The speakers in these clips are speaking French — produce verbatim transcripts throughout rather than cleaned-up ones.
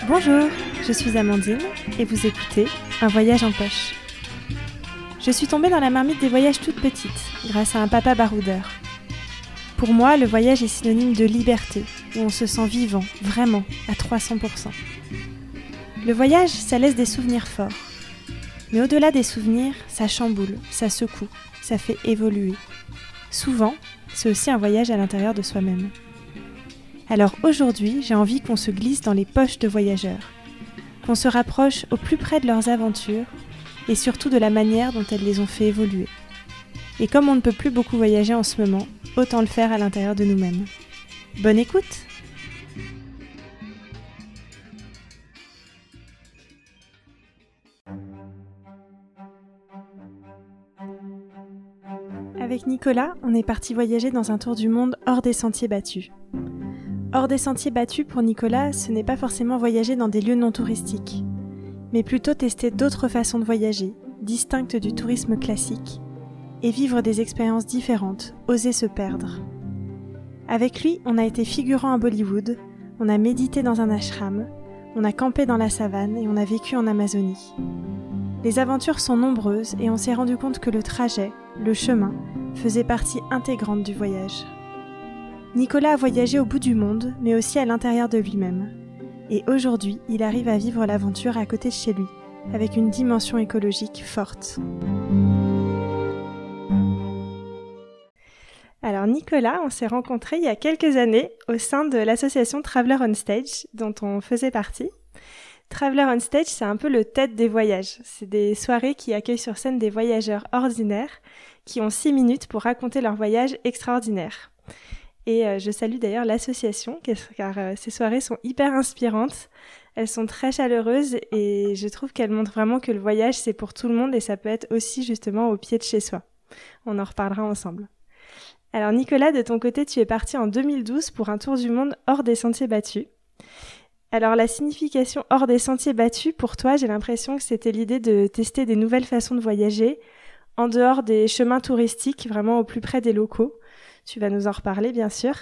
Bonjour, je suis Amandine et vous écoutez Un voyage en poche. Je suis tombée dans la marmite des voyages toute petite, grâce à un papa baroudeur. Pour moi, le voyage est synonyme de liberté, où on se sent vivant, vraiment, à trois cents pour cent. Le voyage, ça laisse des souvenirs forts. Mais au-delà des souvenirs, ça chamboule, ça secoue, ça fait évoluer. Souvent, c'est aussi un voyage à l'intérieur de soi-même. Alors aujourd'hui, j'ai envie qu'on se glisse dans les poches de voyageurs, qu'on se rapproche au plus près de leurs aventures et surtout de la manière dont elles les ont fait évoluer. Et comme on ne peut plus beaucoup voyager en ce moment, autant le faire à l'intérieur de nous-mêmes. Bonne écoute! Avec Nicolas, on est parti voyager dans un tour du monde hors des sentiers battus. Hors des sentiers battus, pour Nicolas, ce n'est pas forcément voyager dans des lieux non touristiques, mais plutôt tester d'autres façons de voyager, distinctes du tourisme classique, et vivre des expériences différentes, oser se perdre. Avec lui, on a été figurant à Bollywood, on a médité dans un ashram, on a campé dans la savane et on a vécu en Amazonie. Les aventures sont nombreuses et on s'est rendu compte que le trajet, le chemin, faisait partie intégrante du voyage. Nicolas a voyagé au bout du monde, mais aussi à l'intérieur de lui-même. Et aujourd'hui, il arrive à vivre l'aventure à côté de chez lui, avec une dimension écologique forte. Alors Nicolas, on s'est rencontrés il y a quelques années au sein de l'association Traveller on Stage, dont on faisait partie. Traveller on Stage, c'est un peu le T E D des voyages. C'est des soirées qui accueillent sur scène des voyageurs ordinaires qui ont six minutes pour raconter leur voyage extraordinaire. Et euh, je salue d'ailleurs l'association, car euh, ces soirées sont hyper inspirantes. Elles sont très chaleureuses et je trouve qu'elles montrent vraiment que le voyage, c'est pour tout le monde et ça peut être aussi justement au pied de chez soi. On en reparlera ensemble. Alors Nicolas, de ton côté, tu es parti en deux mille douze pour un tour du monde hors des sentiers battus. Alors la signification hors des sentiers battus, pour toi, j'ai l'impression que c'était l'idée de tester des nouvelles façons de voyager, en dehors des chemins touristiques, vraiment au plus près des locaux. Tu vas nous en reparler, bien sûr.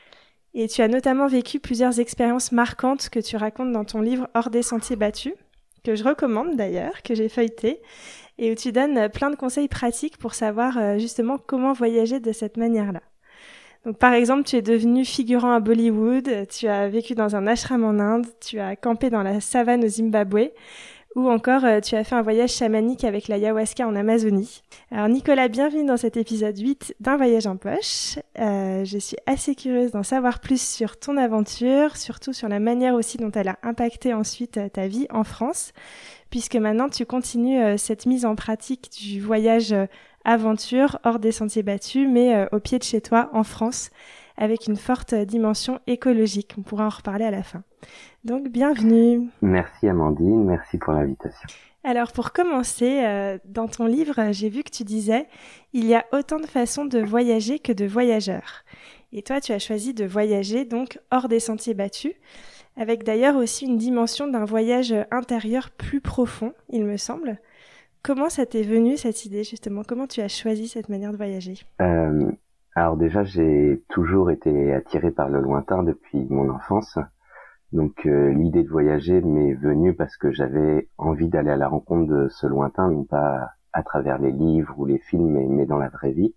Et tu as notamment vécu plusieurs expériences marquantes que tu racontes dans ton livre Hors des sentiers battus, que je recommande d'ailleurs, que j'ai feuilleté, et où tu donnes plein de conseils pratiques pour savoir justement comment voyager de cette manière-là. Donc, par exemple, tu es devenu figurant à Bollywood, tu as vécu dans un ashram en Inde, tu as campé dans la savane au Zimbabwe, ou encore euh, tu as fait un voyage chamanique avec l'ayahuasca en Amazonie. Alors Nicolas, bienvenue dans cet épisode huit d'Un voyage en poche. Euh, je suis assez curieuse d'en savoir plus sur ton aventure, surtout sur la manière aussi dont elle a impacté ensuite euh, ta vie en France, puisque maintenant tu continues euh, cette mise en pratique du voyage euh, aventure hors des sentiers battus, mais euh, au pied de chez toi en France, avec une forte dimension écologique. On pourra en reparler à la fin. Donc, bienvenue. Merci Amandine, merci pour l'invitation. Alors, pour commencer, euh, dans ton livre, j'ai vu que tu disais « Il y a autant de façons de voyager que de voyageurs ». Et toi, tu as choisi de voyager donc hors des sentiers battus, avec d'ailleurs aussi une dimension d'un voyage intérieur plus profond, il me semble. Comment ça t'est venu, cette idée, justement? Comment tu as choisi cette manière de voyager? euh, Alors déjà, j'ai toujours été attiré par le lointain depuis mon enfance. Donc euh, l'idée de voyager m'est venue parce que j'avais envie d'aller à la rencontre de ce lointain, non pas à travers les livres ou les films, mais, mais dans la vraie vie.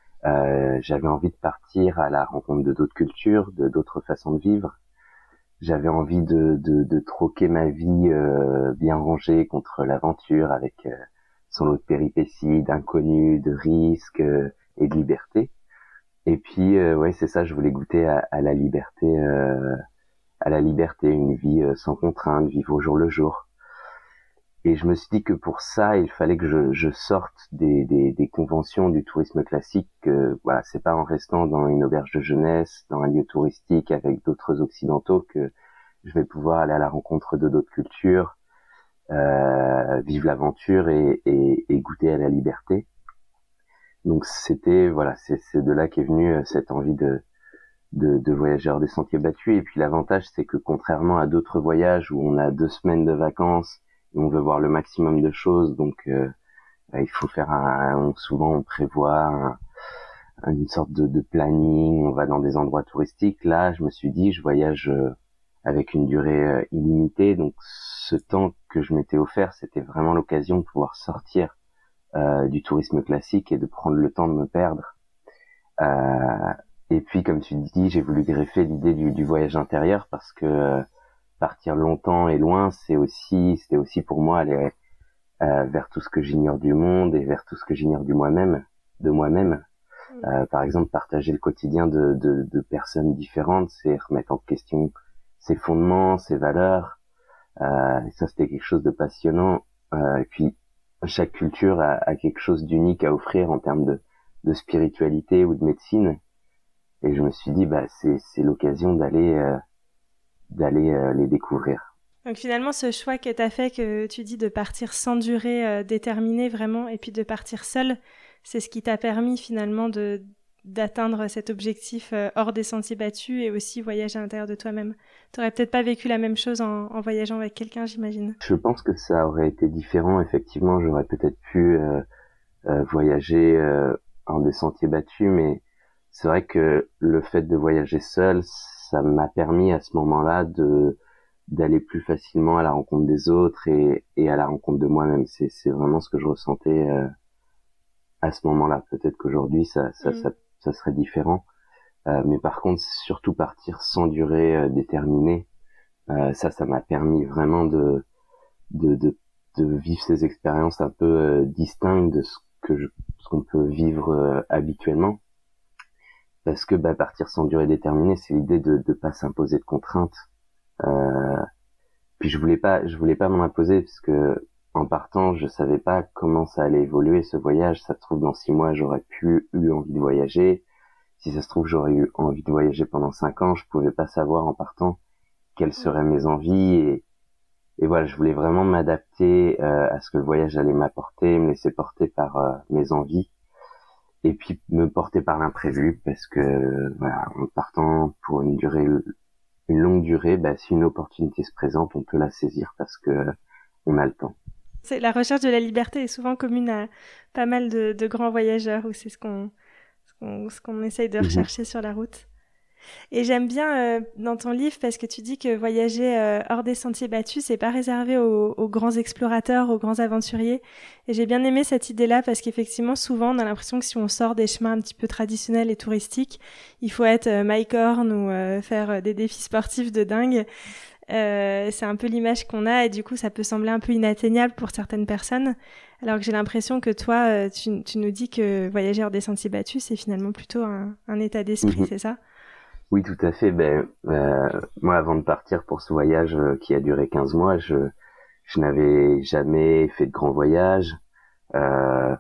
Euh, j'avais envie de partir à la rencontre de d'autres cultures, de d'autres façons de vivre. J'avais envie de, de, de troquer ma vie euh, bien rangée contre l'aventure avec euh, son lot de péripéties, d'inconnus, de risques euh, et de liberté. Et puis euh, ouais, c'est ça, je voulais goûter à, à la liberté. Euh, à la liberté, une vie sans contrainte, vivre au jour le jour. Et je me suis dit que pour ça, il fallait que je, je sorte des, des, des conventions du tourisme classique. Que, voilà, c'est pas en restant dans une auberge de jeunesse, dans un lieu touristique avec d'autres occidentaux que je vais pouvoir aller à la rencontre de d'autres cultures, euh, vivre l'aventure et, et, et goûter à la liberté. Donc c'était, voilà, c'est, c'est de là qu'est venue cette envie de De, de voyager hors des sentiers battus. Et puis l'avantage, c'est que contrairement à d'autres voyages où on a deux semaines de vacances et on veut voir le maximum de choses, donc euh, bah, il faut faire un, on, souvent on prévoit un, une sorte de, de planning, on va dans des endroits touristiques. Là, je me suis dit, je voyage euh, avec une durée euh, illimitée. Donc ce temps que je m'étais offert, c'était vraiment l'occasion de pouvoir sortir euh, du tourisme classique et de prendre le temps de me perdre. Euh, et puis, comme tu dis, j'ai voulu greffer l'idée du, du voyage intérieur parce que euh, partir longtemps et loin, c'est aussi, c'était aussi pour moi aller euh, vers tout ce que j'ignore du monde et vers tout ce que j'ignore du moi-même, de moi-même. Mmh. Euh, par exemple, partager le quotidien de, de, de personnes différentes, c'est remettre en question ses fondements, ses valeurs. Euh, et ça, c'était quelque chose de passionnant. Euh, et puis, chaque culture a, a quelque chose d'unique à offrir en termes de, de spiritualité ou de médecine. Et je me suis dit, bah, c'est, c'est l'occasion d'aller, euh, d'aller euh, les découvrir. Donc finalement, ce choix que tu as fait, que tu dis de partir sans durée euh, déterminée vraiment, et puis de partir seul, c'est ce qui t'a permis finalement de d'atteindre cet objectif euh, hors des sentiers battus et aussi voyager à l'intérieur de toi-même. T'aurais peut-être pas vécu la même chose en, en voyageant avec quelqu'un, j'imagine. Je pense que ça aurait été différent. Effectivement, j'aurais peut-être pu euh, euh, voyager euh, en des sentiers battus, mais c'est vrai que le fait de voyager seul, ça m'a permis à ce moment-là de d'aller plus facilement à la rencontre des autres et, et à la rencontre de moi-même. C'est, c'est vraiment ce que je ressentais euh, à ce moment-là. Peut-être qu'aujourd'hui, ça, ça, mmh. ça, ça serait différent. Euh, mais par contre, surtout partir sans durée euh, déterminée, euh, ça, ça m'a permis vraiment de, de, de, de vivre ces expériences un peu euh, distinctes de ce que je, ce qu'on peut vivre euh, habituellement. Parce que bah, partir sans durée déterminée, c'est l'idée de ne pas s'imposer de contraintes. Euh, puis je voulais pas, je voulais pas m'en imposer parce que en partant, je savais pas comment ça allait évoluer ce voyage. Ça se trouve dans six mois, j'aurais pu eu envie de voyager. Si ça se trouve, j'aurais eu envie de voyager pendant cinq ans. Je pouvais pas savoir en partant quelles seraient mes envies et, et voilà, je voulais vraiment m'adapter euh, à ce que le voyage allait m'apporter, me laisser porter par euh, mes envies et puis me porter par l'imprévu parce que voilà, en partant pour une durée une longue durée, bah, si une opportunité se présente, on peut la saisir parce que on a le temps. C'est, la recherche de la liberté est souvent commune à pas mal de, de grands voyageurs, où c'est ce qu'on, ce qu'on, ce qu'on essaye de rechercher mmh. sur la route. Et j'aime bien euh, dans ton livre parce que tu dis que voyager euh, hors des sentiers battus, c'est pas réservé aux, aux grands explorateurs, aux grands aventuriers. Et j'ai bien aimé cette idée-là parce qu'effectivement, souvent, on a l'impression que si on sort des chemins un petit peu traditionnels et touristiques, il faut être euh, Mike Horn ou euh, faire euh, des défis sportifs de dingue. Euh, c'est un peu l'image qu'on a et du coup, ça peut sembler un peu inatteignable pour certaines personnes. Alors que j'ai l'impression que toi, euh, tu, tu nous dis que voyager hors des sentiers battus, c'est finalement plutôt un, un état d'esprit, mmh. c'est ça ? Oui, tout à fait. Ben, euh, moi, avant de partir pour ce voyage euh, qui a duré quinze mois, je, je n'avais jamais fait de grand voyage. Euh,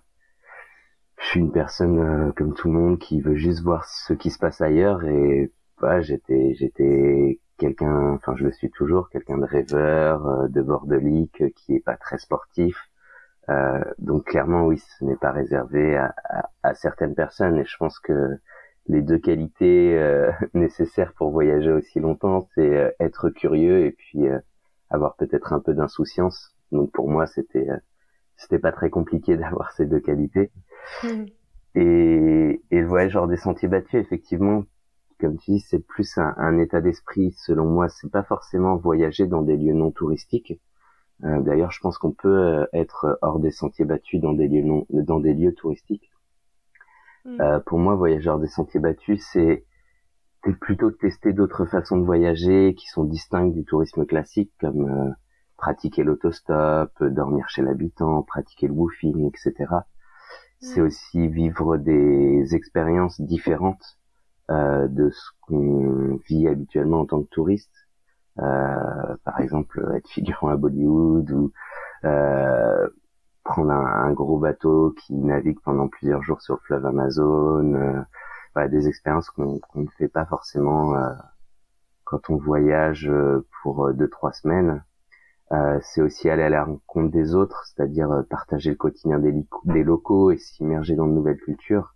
je suis une personne euh, comme tout le monde qui veut juste voir ce qui se passe ailleurs et voilà, j'étais, j'étais quelqu'un, enfin, je le suis toujours, quelqu'un de rêveur, euh, de bordelique, euh, qui est pas très sportif. Euh, donc clairement, oui, ce n'est pas réservé à, à, à certaines personnes et je pense que les deux qualités euh, nécessaires pour voyager aussi longtemps, c'est euh, être curieux et puis euh, avoir peut-être un peu d'insouciance. Donc pour moi, c'était euh, c'était pas très compliqué d'avoir ces deux qualités. Mmh. Et, et le voyage hors des sentiers battus, effectivement, comme tu dis, c'est plus un, un état d'esprit. Selon moi, c'est pas forcément voyager dans des lieux non touristiques. Euh, d'ailleurs, je pense qu'on peut euh, être hors des sentiers battus dans des lieux non, dans des lieux touristiques. Mmh. Euh, pour moi, voyager hors des sentiers battus, c'est, c'est plutôt de tester d'autres façons de voyager qui sont distinctes du tourisme classique, comme euh, pratiquer l'autostop, dormir chez l'habitant, pratiquer le woofing, et cetera. Mmh. C'est aussi vivre des expériences différentes euh, de ce qu'on vit habituellement en tant que touriste. Euh, par exemple, être figurant à Bollywood ou euh, prendre un, un gros bateau qui navigue pendant plusieurs jours sur le fleuve Amazon, euh, voilà, des expériences qu'on, qu'on ne fait pas forcément euh, quand on voyage pour euh, deux trois semaines. Euh, c'est aussi aller à la rencontre des autres, c'est-à-dire euh, partager le quotidien des, li- des locaux et s'immerger dans de nouvelles cultures.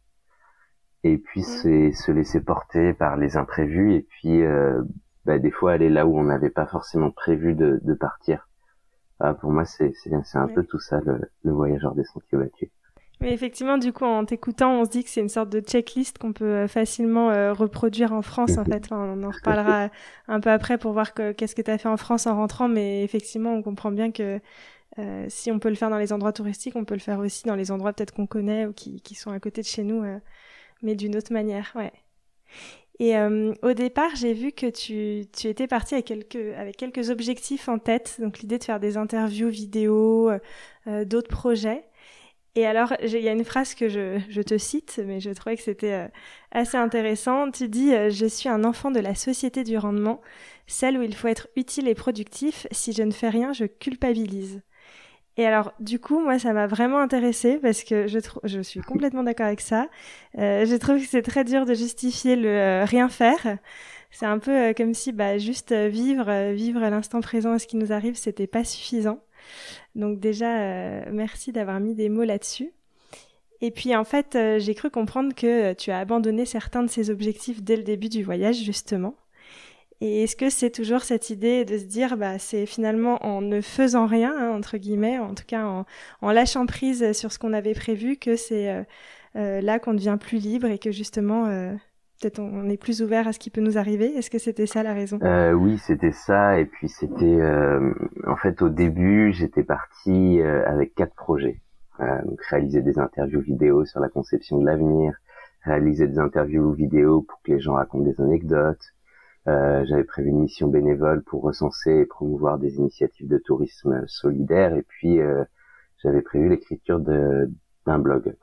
Et puis mmh. c'est se laisser porter par les imprévus et puis euh, bah, des fois aller là où on n'avait pas forcément prévu de, de partir. Ah, pour moi, c'est, c'est, c'est un ouais. peu tout ça, le, le voyage hors des sentiers battus. Mais effectivement, du coup, en t'écoutant, on se dit que c'est une sorte de checklist qu'on peut facilement euh, reproduire en France, en fait. Enfin, on en reparlera un peu après pour voir que, qu'est-ce que tu as fait en France en rentrant, mais effectivement, on comprend bien que euh, si on peut le faire dans les endroits touristiques, on peut le faire aussi dans les endroits peut-être qu'on connaît ou qui, qui sont à côté de chez nous, euh, mais d'une autre manière, ouais. Et euh, au départ, j'ai vu que tu, tu étais partie avec quelques, avec quelques objectifs en tête, donc l'idée de faire des interviews vidéo, euh, d'autres projets. Et alors, il y a une phrase que je, je te cite, mais je trouvais que c'était euh, assez intéressant. Tu dis euh, « Je suis un enfant de la société du rendement, celle où il faut être utile et productif. Si je ne fais rien, je culpabilise. » Et alors, du coup, moi, ça m'a vraiment intéressée parce que je, trou- je suis complètement d'accord avec ça. Euh, je trouve que c'est très dur de justifier le euh, rien faire. C'est un peu euh, comme si bah, juste euh, vivre, euh, vivre à l'instant présent et ce qui nous arrive, c'était pas suffisant. Donc déjà, euh, merci d'avoir mis des mots là-dessus. Et puis en fait, euh, j'ai cru comprendre que tu as abandonné certains de ces objectifs dès le début du voyage, justement. Et est-ce que c'est toujours cette idée de se dire, bah, c'est finalement en ne faisant rien, hein, entre guillemets, en tout cas en, en lâchant prise sur ce qu'on avait prévu, que c'est euh, euh, là qu'on devient plus libre et que justement, euh, peut-être on, on est plus ouvert à ce qui peut nous arriver. Est-ce que c'était ça la raison ? Euh, oui, c'était ça. Et puis c'était, euh, en fait, au début, j'étais parti euh, avec quatre projets. Euh, donc réaliser des interviews vidéo sur la conception de l'avenir, réaliser des interviews vidéo pour que les gens racontent des anecdotes. Euh, j'avais prévu une mission bénévole pour recenser et promouvoir des initiatives de tourisme solidaire. Et puis euh, j'avais prévu l'écriture de, d'un blog.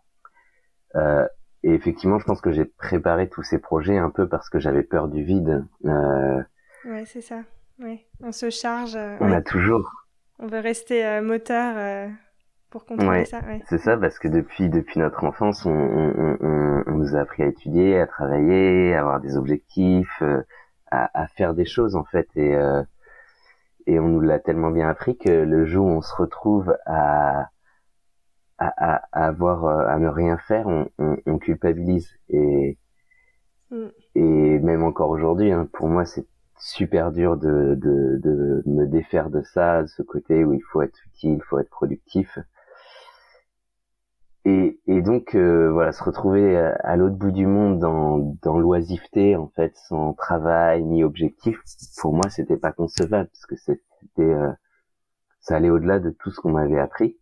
Euh, Et effectivement, je pense que j'ai préparé tous ces projets un peu parce que j'avais peur du vide. Euh, Ouais, c'est ça. Ouais. On se charge. Euh, on ouais. a toujours... On veut rester euh, moteur euh, pour contrôler Ouais, ça. Ouais. c'est ça, parce que depuis depuis notre enfance, on, on, on, on nous a appris à étudier, à travailler, à avoir des objectifs, euh, à, à faire des choses en fait. Et, euh, et on nous l'a tellement bien appris que le jour où on se retrouve à à, à, à avoir euh, à ne rien faire, on, on, on culpabilise. Et Mm. Et même encore aujourd'hui, hein, pour moi, c'est super dur de, de, de me défaire de ça, de ce côté où il faut être utile, il faut être productif. Et, et donc, euh, voilà, se retrouver à, à l'autre bout du monde dans, dans l'oisiveté, en fait, sans travail ni objectif, pour moi, c'était pas concevable, parce que c'était, euh, ça allait au-delà de tout ce qu'on m'avait appris.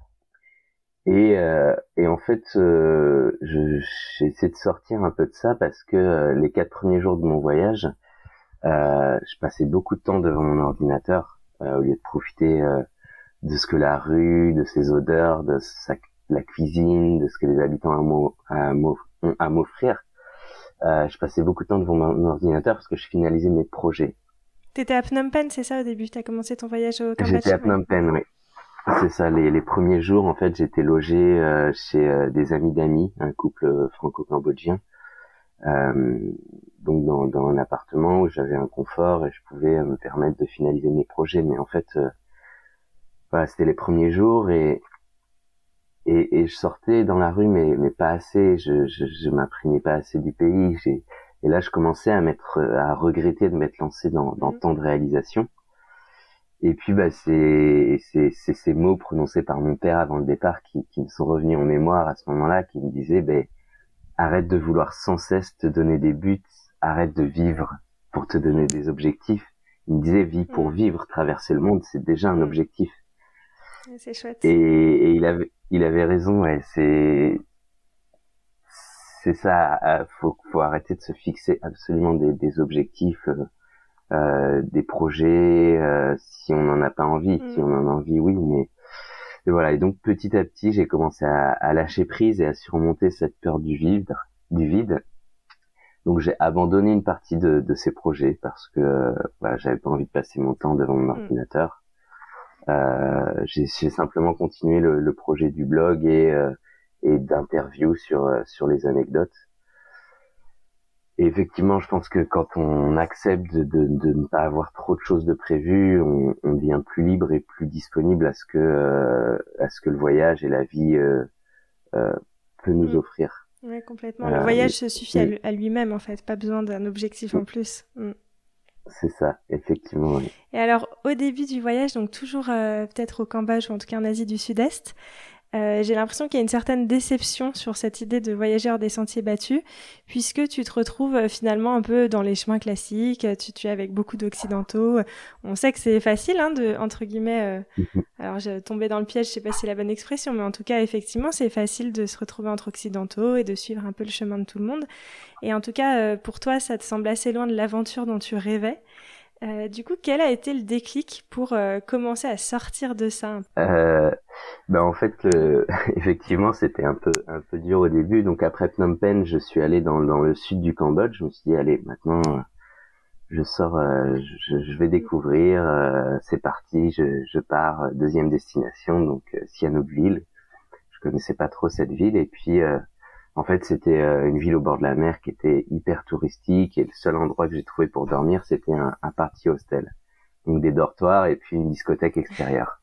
Et, euh, et en fait, euh, je, j'ai essayé de sortir un peu de ça parce que euh, les quatre premiers jours de mon voyage, euh, je passais beaucoup de temps devant mon ordinateur euh, au lieu de profiter euh, de ce que la rue, de ses odeurs, de sa, la cuisine, de ce que les habitants ont à, à, à m'offrir. Euh, je passais beaucoup de temps devant mon ordinateur parce que je finalisais mes projets. T'étais à Phnom Penh, c'est ça au début ? T'as commencé ton voyage au Cambodge ? J'étais à Phnom Penh, oui. C'est ça, les, les premiers jours, en fait, j'étais logé euh, chez euh, des amis d'amis, un couple euh, franco-cambodgien, euh, donc dans, dans un appartement où j'avais un confort et je pouvais euh, me permettre de finaliser mes projets. Mais en fait, euh, voilà, c'était les premiers jours et, et et je sortais dans la rue, mais mais pas assez. Je je, je m'imprégnais pas assez du pays. J'ai, et là, je commençais à m'être à regretter de m'être lancé dans, dans Mmh. tant de réalisations. Et puis bah c'est c'est c'est ces mots prononcés par mon père avant le départ qui qui me sont revenus en mémoire à ce moment-là, qui me disaient ben arrête de vouloir sans cesse te donner des buts, arrête de vivre pour te donner des objectifs. Il me disait vis pour vivre, traverser le monde, c'est déjà un objectif. C'est chouette. Et, et il avait il avait raison, ouais, c'est c'est ça, faut faut arrêter de se fixer absolument des des objectifs. Euh, Euh, des projets, euh, si on n'en a pas envie, mmh. si on en a envie, oui, mais et voilà. Et donc petit à petit, j'ai commencé à, à lâcher prise et à surmonter cette peur du vide, du vide. Donc j'ai abandonné une partie de, de ces projets parce que bah, j'avais pas envie de passer mon temps devant mon mmh. ordinateur. Euh, j'ai, j'ai simplement continué le, le projet du blog et, euh, et d'interviews sur sur les anecdotes. Et effectivement, je pense que quand on accepte de, de, de ne pas avoir trop de choses de prévues, on, on devient plus libre et plus disponible à ce que euh, à ce que le voyage et la vie euh, euh, peut nous mmh. offrir. Oui, complètement. Le euh, voyage mais, se suffit mais... à lui-même, en fait. Pas besoin d'un objectif mmh. en plus. Mmh. C'est ça, effectivement. Oui. Et alors, au début du voyage, donc toujours euh, peut-être au Cambodge ou en tout cas en Asie du Sud-Est, Euh, j'ai l'impression qu'il y a une certaine déception sur cette idée de voyager hors des sentiers battus, puisque tu te retrouves euh, finalement un peu dans les chemins classiques, tu, tu es avec beaucoup d'occidentaux. On sait que c'est facile, hein, de, entre guillemets, euh, alors j'ai tombé dans le piège, je sais pas si c'est la bonne expression, mais en tout cas, effectivement, c'est facile de se retrouver entre occidentaux et de suivre un peu le chemin de tout le monde. Et en tout cas, euh, pour toi, ça te semble assez loin de l'aventure dont tu rêvais. Euh, du coup, quel a été le déclic pour euh, commencer à sortir de ça? euh, ben en fait, le... effectivement, c'était un peu un peu dur au début. Donc après Phnom Penh, je suis allé dans dans le sud du Cambodge. Je me suis dit, allez, maintenant, euh, je sors, euh, je, je vais découvrir. Euh, c'est parti, je, je pars. euh, Deuxième destination, donc euh, Sihanoukville. Je connaissais pas trop cette ville, et puis euh, en fait, c'était euh, une ville au bord de la mer qui était hyper touristique, et le seul endroit que j'ai trouvé pour dormir, c'était un, un party hostel. Donc des dortoirs et puis une discothèque extérieure.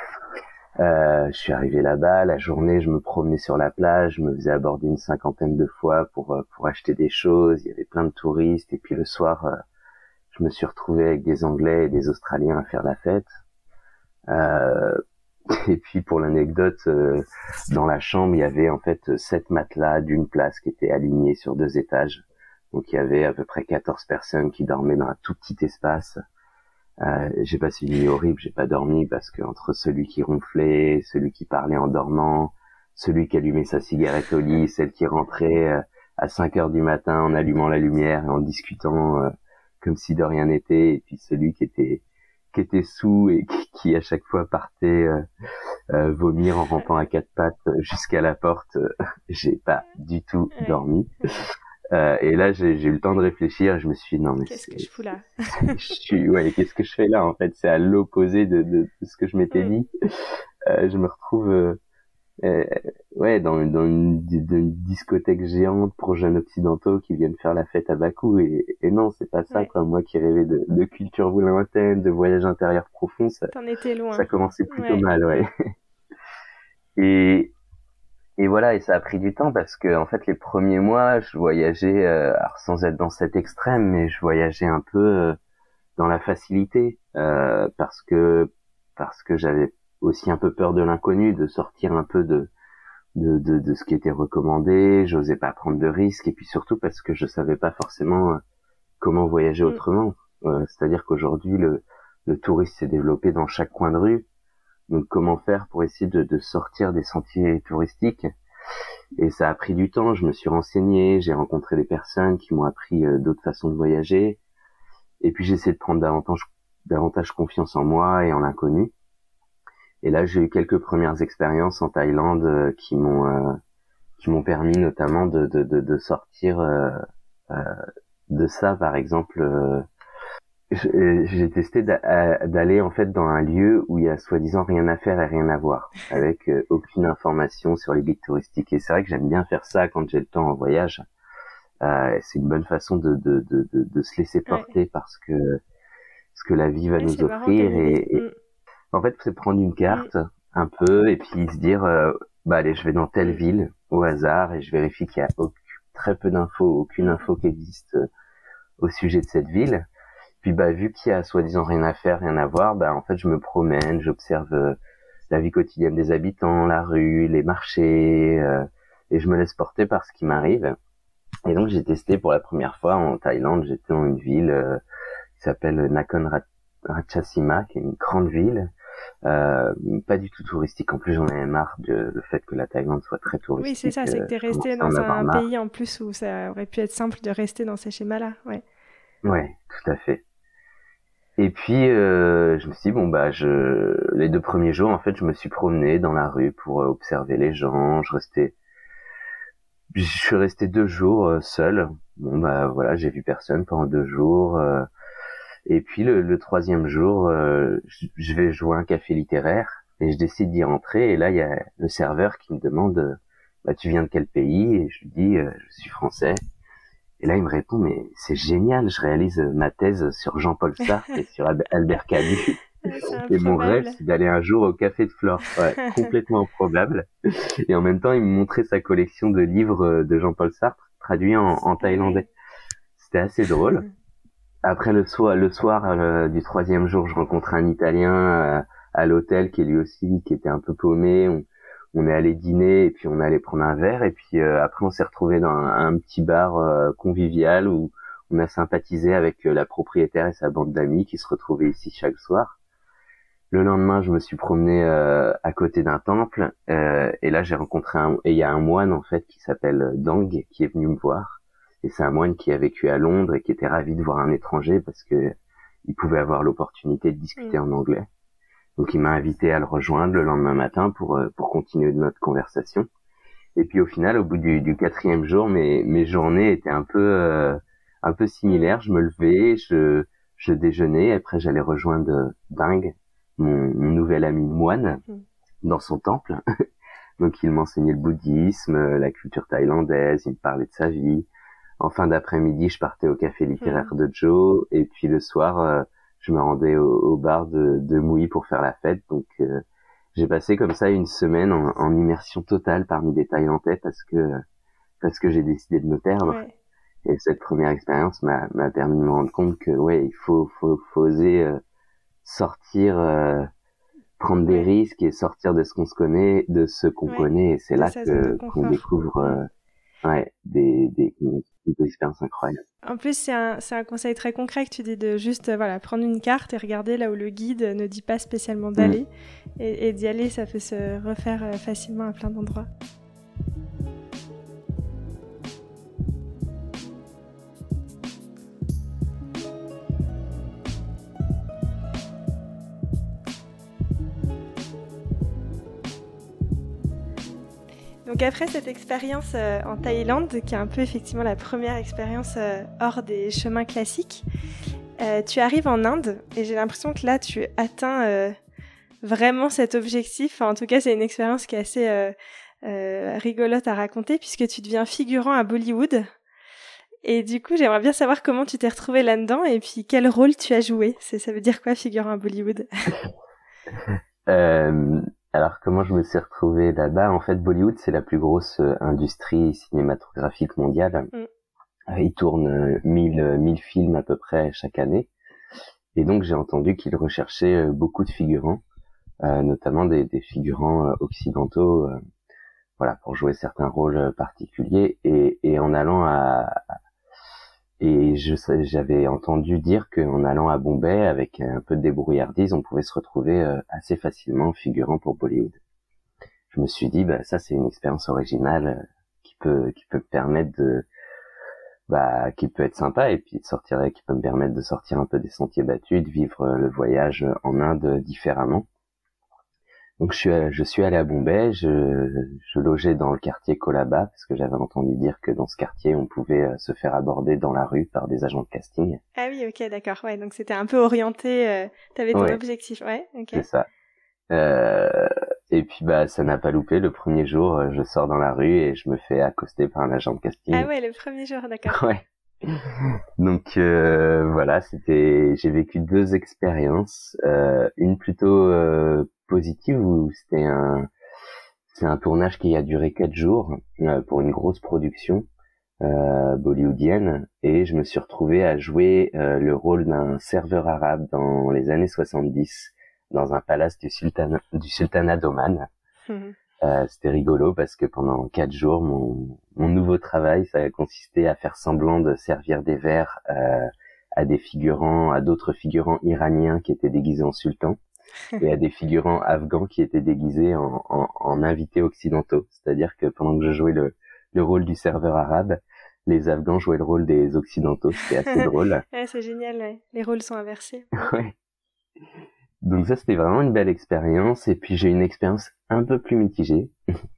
Euh, je suis arrivé là-bas, la journée, je me promenais sur la plage, je me faisais aborder une cinquantaine de fois pour euh, pour acheter des choses. Il y avait plein de touristes, et puis le soir, euh, je me suis retrouvé avec des Anglais et des Australiens à faire la fête. Euh, Et puis pour l'anecdote, euh, dans la chambre, il y avait en fait sept matelas d'une place qui étaient alignés sur deux étages. Donc il y avait à peu près quatorze personnes qui dormaient dans un tout petit espace. Euh, j'ai passé une nuit horrible, j'ai pas dormi parce que entre celui qui ronflait, celui qui parlait en dormant, celui qui allumait sa cigarette au lit, celle qui rentrait euh, à cinq heures du matin en allumant la lumière et en discutant euh, comme si de rien n'était, et puis celui qui était qui était sous et qui, qui à chaque fois partait euh, euh, vomir en rampant à quatre pattes jusqu'à la porte. Euh, j'ai pas du tout Ouais. dormi. Euh, et là, j'ai, j'ai eu le temps de réfléchir. Et je me suis dit, non, mais Qu'est-ce c'est, que je fous là? je suis, ouais, qu'est-ce que je fais là, en fait? C'est à l'opposé de, de, de ce que je m'étais Mm. dit. Euh, je me retrouve, euh, euh, ouais, dans, dans une, dans une discothèque géante pour jeunes occidentaux qui viennent faire la fête à Bakou. Et, et non, c'est pas ça, Ouais. quoi. Moi qui rêvais de, de culture lointaine, de voyage intérieur profond, ça, T'en étais ça loin. commençait plutôt Ouais. mal, ouais. Et, et voilà, et ça a pris du temps parce que en fait les premiers mois, je voyageais, euh, alors sans être dans cet extrême, mais je voyageais un peu euh, dans la facilité, euh, parce que parce que j'avais aussi un peu peur de l'inconnu, de sortir un peu de de de, de ce qui était recommandé. J'osais pas prendre de risques, et puis surtout parce que je savais pas forcément euh, comment voyager Mm. autrement. Euh, c'est-à-dire qu'aujourd'hui le le tourisme s'est développé dans chaque coin de rue. Donc comment faire pour essayer de, de sortir des sentiers touristiques? Et ça a pris du temps, je me suis renseigné, j'ai rencontré des personnes qui m'ont appris euh, d'autres façons de voyager, et puis j'ai essayé de prendre davantage, davantage confiance en moi et en l'inconnu. Et là, j'ai eu quelques premières expériences en Thaïlande euh, qui m'ont euh, qui m'ont permis notamment de, de, de, de sortir euh, euh, de ça. Par exemple, euh, j'ai testé d'aller en fait dans un lieu où il y a soi-disant rien à faire et rien à voir, avec euh, aucune information sur les guides touristiques. Et c'est vrai que j'aime bien faire ça quand j'ai le temps en voyage. Euh, c'est une bonne façon de, de, de, de, de se laisser porter Ouais. parce que ce que la vie va Ouais, nous c'est marrant offrir. comme Et, idée. et Mm. en fait, c'est prendre une Mm. carte un peu et puis se dire, euh, bah allez, je vais dans telle Mm. ville au hasard et je vérifie qu'il y a aucun, très peu d'infos, aucune Mm. info qui existe euh, au sujet de cette ville. Puis bah vu qu'il y a soi-disant rien à faire, rien à voir, bah en fait je me promène, j'observe euh, la vie quotidienne des habitants, la rue, les marchés, euh, et je me laisse porter par ce qui m'arrive. Et donc j'ai testé pour la première fois en Thaïlande. J'étais dans une ville euh, qui s'appelle Nakhon Ratchasima, qui est une grande ville, euh, pas du tout touristique. En plus j'en avais marre de le fait que la Thaïlande soit très Oui, c'est touristique. ça, c'est que Euh, t'es je resté commençais à en dans avoir un marre. pays en plus où ça aurait pu être simple de rester dans ces schémas-là. Ouais. Ouais, tout à fait. Et puis euh, je me suis dit, bon bah je les deux premiers jours en fait je me suis promené dans la rue pour euh, observer les gens. Je restais, je suis resté deux jours euh, seul. Bon bah voilà, j'ai vu personne pendant deux jours. Euh, et puis le, le troisième jour, euh, je, je vais jouer à un café littéraire et je décide d'y rentrer. Et là il y a le serveur qui me demande, euh, bah tu viens de quel pays? Et je lui dis, euh, je suis français. Et là, il me répond, mais c'est génial, je réalise ma thèse sur Jean-Paul Sartre et sur Albert Camus. C'est Et mon rêve, improbable. c'est d'aller un jour au Café de Flore. Ouais, complètement improbable. Et en même temps, il me montrait sa collection de livres de Jean-Paul Sartre, traduits en, en Ah thaïlandais. ouais. C'était assez drôle. Après, le soir, le soir euh, du troisième jour, je rencontre un Italien euh, à l'hôtel qui est lui aussi, qui était un peu paumé. On, on est allé dîner et puis on est allé prendre un verre et puis euh, après on s'est retrouvé dans un, un petit bar euh, convivial où on a sympathisé avec euh, la propriétaire et sa bande d'amis qui se retrouvaient ici chaque soir. Le lendemain, je me suis promené euh, à côté d'un temple euh, et là j'ai rencontré un et il y a un moine en fait qui s'appelle Dang qui est venu me voir et c'est un moine qui a vécu à Londres et qui était ravi de voir un étranger parce que il pouvait avoir l'opportunité de discuter en anglais. Donc il m'a invité à le rejoindre le lendemain matin pour euh, pour continuer notre conversation. Et puis au final, au bout du, du quatrième jour, mes mes journées étaient un peu euh, un peu similaires. Je me levais, je je déjeunais, après j'allais rejoindre Dang, mon, mon nouvel ami moine, dans son temple. Donc il m'enseignait le bouddhisme, la culture thaïlandaise, il me parlait de sa vie. En fin d'après-midi, je partais au café littéraire de Joe, et puis le soir, euh, je me rendais au, au bar de, de Mouy pour faire la fête. Donc euh, j'ai passé comme ça une semaine en, en immersion totale parmi des Thaïlandais parce que parce que j'ai décidé de me perdre. Ouais. Et cette première expérience m'a m'a permis de me rendre compte que ouais, il faut faut, faut oser euh, sortir, euh, prendre des Ouais. risques et sortir de ce qu'on se connaît, de ce qu'on Ouais. connaît. Et c'est De là sa zone de que qu'on confort. découvre euh, ouais des des, des expériences incroyables. En plus, c'est un, c'est un conseil très concret que tu dis de juste euh, voilà, prendre une carte et regarder là où le guide ne dit pas spécialement d'aller. Mmh. Et, et d'y aller, ça peut se refaire euh, facilement à plein d'endroits. Donc après cette expérience euh, en Thaïlande, qui est un peu effectivement la première expérience euh, hors des chemins classiques, euh, tu arrives en Inde et j'ai l'impression que là tu atteins euh, vraiment cet objectif. Enfin, en tout cas, c'est une expérience qui est assez euh, euh, rigolote à raconter puisque tu deviens figurant à Bollywood. Et du coup, j'aimerais bien savoir comment tu t'es retrouvé là-dedans et puis quel rôle tu as joué. C'est, ça veut dire quoi, figurant à Bollywood? euh... Alors comment je me suis retrouvé là-bas? En fait, Bollywood, c'est la plus grosse euh, industrie cinématographique mondiale. Mm. Euh, ils tournent euh, mille, euh, mille films à peu près chaque année. Et donc, j'ai entendu qu'ils recherchaient euh, beaucoup de figurants, euh, notamment des, des figurants euh, occidentaux, euh, voilà, pour jouer certains rôles euh, particuliers. Et, et en allant à... Et je, j'avais entendu dire qu'en allant à Bombay, avec un peu de débrouillardise, on pouvait se retrouver euh, assez facilement figurant pour Bollywood. Je me suis dit, bah ça c'est une expérience originale euh, qui peut qui peut me permettre de, bah qui peut être sympa et puis de sortir, qui peut me permettre de sortir un peu des sentiers battus, de vivre le voyage en Inde différemment. Donc je suis je suis allé à Bombay, je je logeais dans le quartier Colaba parce que j'avais entendu dire que dans ce quartier on pouvait se faire aborder dans la rue par des agents de casting. Ah oui, ok, d'accord. Ouais, donc c'était un peu orienté, euh, t'avais ton ouais. objectif, ouais. Ok. C'est ça. Euh, et puis bah ça n'a pas loupé. Le premier jour, je sors dans la rue et je me fais accoster par un agent de casting. Ah ouais, le premier jour, d'accord. Ouais. Donc euh, voilà, c'était, j'ai vécu deux expériences, euh, une plutôt euh, positive où c'était un, c'est un tournage qui a duré quatre jours euh, pour une grosse production euh, bollywoodienne et je me suis retrouvé à jouer euh, le rôle d'un serveur arabe dans les années soixante-dix dans un palace du sultanat, du sultanat d'Oman. Mmh. Euh, c'était rigolo parce que pendant quatre jours, mon, mon nouveau travail, ça a consisté à faire semblant de servir des verres euh, à des figurants, à d'autres figurants iraniens qui étaient déguisés en sultans et à des figurants afghans qui étaient déguisés en, en, en invités occidentaux. C'est-à-dire que pendant que je jouais le, le rôle du serveur arabe, les Afghans jouaient le rôle des occidentaux. C'était assez drôle. Ouais, c'est génial, ouais. Les rôles sont inversés. Ouais. Donc ça, c'était vraiment une belle expérience. Et puis j'ai une expérience un peu plus mitigée.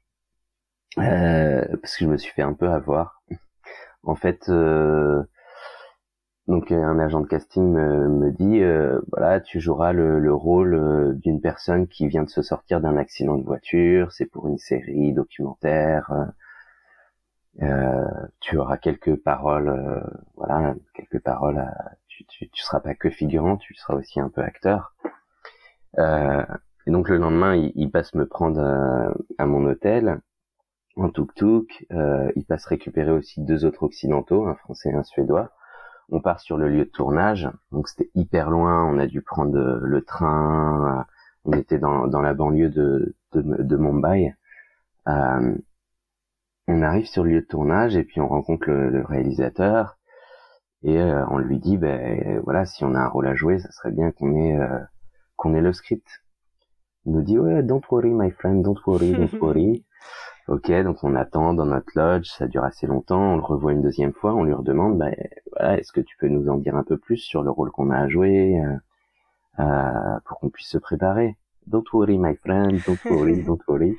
euh, parce que je me suis fait un peu avoir. En fait, euh, donc un agent de casting me, me dit, euh, voilà, tu joueras le, le rôle euh, d'une personne qui vient de se sortir d'un accident de voiture. C'est pour une série documentaire. Euh, tu auras quelques paroles, euh, voilà, quelques paroles. À, tu, tu, tu seras pas que figurant, tu seras aussi un peu acteur. Euh, et donc le lendemain, il, il passe me prendre euh, à mon hôtel en tuk-tuk. Euh, il passe récupérer aussi deux autres occidentaux, un français et un suédois. On part sur le lieu de tournage, donc c'était hyper loin. On a dû prendre le train. On était dans, dans la banlieue de, de, de Mumbai. Euh, on arrive sur le lieu de tournage et puis on rencontre le, le réalisateur et euh, on lui dit, ben voilà, si on a un rôle à jouer, ça serait bien qu'on ait euh, qu'on ait le script. Il nous dit, ouais, don't worry my friend, don't worry, don't worry. Ok, donc on attend dans notre lodge, ça dure assez longtemps, on le revoit une deuxième fois, on lui redemande, ben voilà, est-ce que tu peux nous en dire un peu plus sur le rôle qu'on a à jouer euh, euh, pour qu'on puisse se préparer. Don't worry my friend, don't worry, don't worry.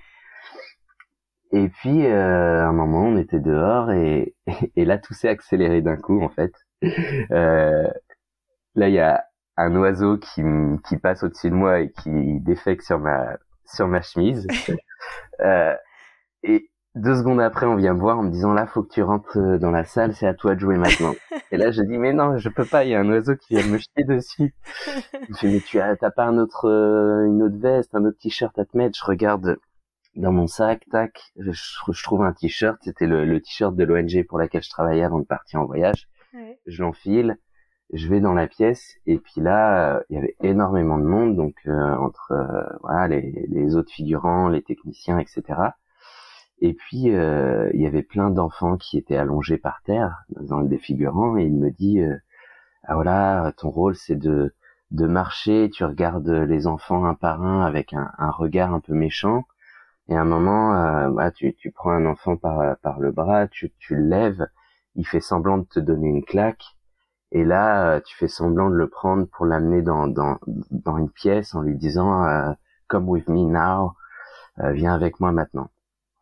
Et puis, euh, à un moment, on était dehors et, et là, tout s'est accéléré d'un coup, en fait. Euh, là, il y a un oiseau qui, qui passe au-dessus de moi et qui défèque sur ma, sur ma chemise. Euh, et deux secondes après, on vient me voir en me disant, là, faut que tu rentres dans la salle, c'est à toi de jouer maintenant. Et là, je dis, mais non, je peux pas, il y a un oiseau qui vient de me jeter dessus. Il me fait, mais tu as, t'as pas un autre, euh, une autre veste, un autre t-shirt à te mettre? Je regarde dans mon sac, tac, je, je trouve un t-shirt, c'était le, le t-shirt de l'O N G pour laquelle je travaillais avant de partir en voyage. Ouais. Je l'enfile, je vais dans la pièce, et puis là, euh, il y avait énormément de monde, donc euh, entre euh, voilà les, les autres figurants, les techniciens, et cetera. Et puis euh, il y avait plein d'enfants qui étaient allongés par terre dans le des figurants, et il me dit, euh, ah voilà, ton rôle c'est de de marcher, tu regardes les enfants un par un avec un, un regard un peu méchant. Et à un moment, euh, bah, tu, tu prends un enfant par, par le bras, tu, tu le lèves, il fait semblant de te donner une claque, et là, euh, tu fais semblant de le prendre pour l'amener dans, dans, dans une pièce en lui disant euh, « Come with me now, euh, viens avec moi maintenant ».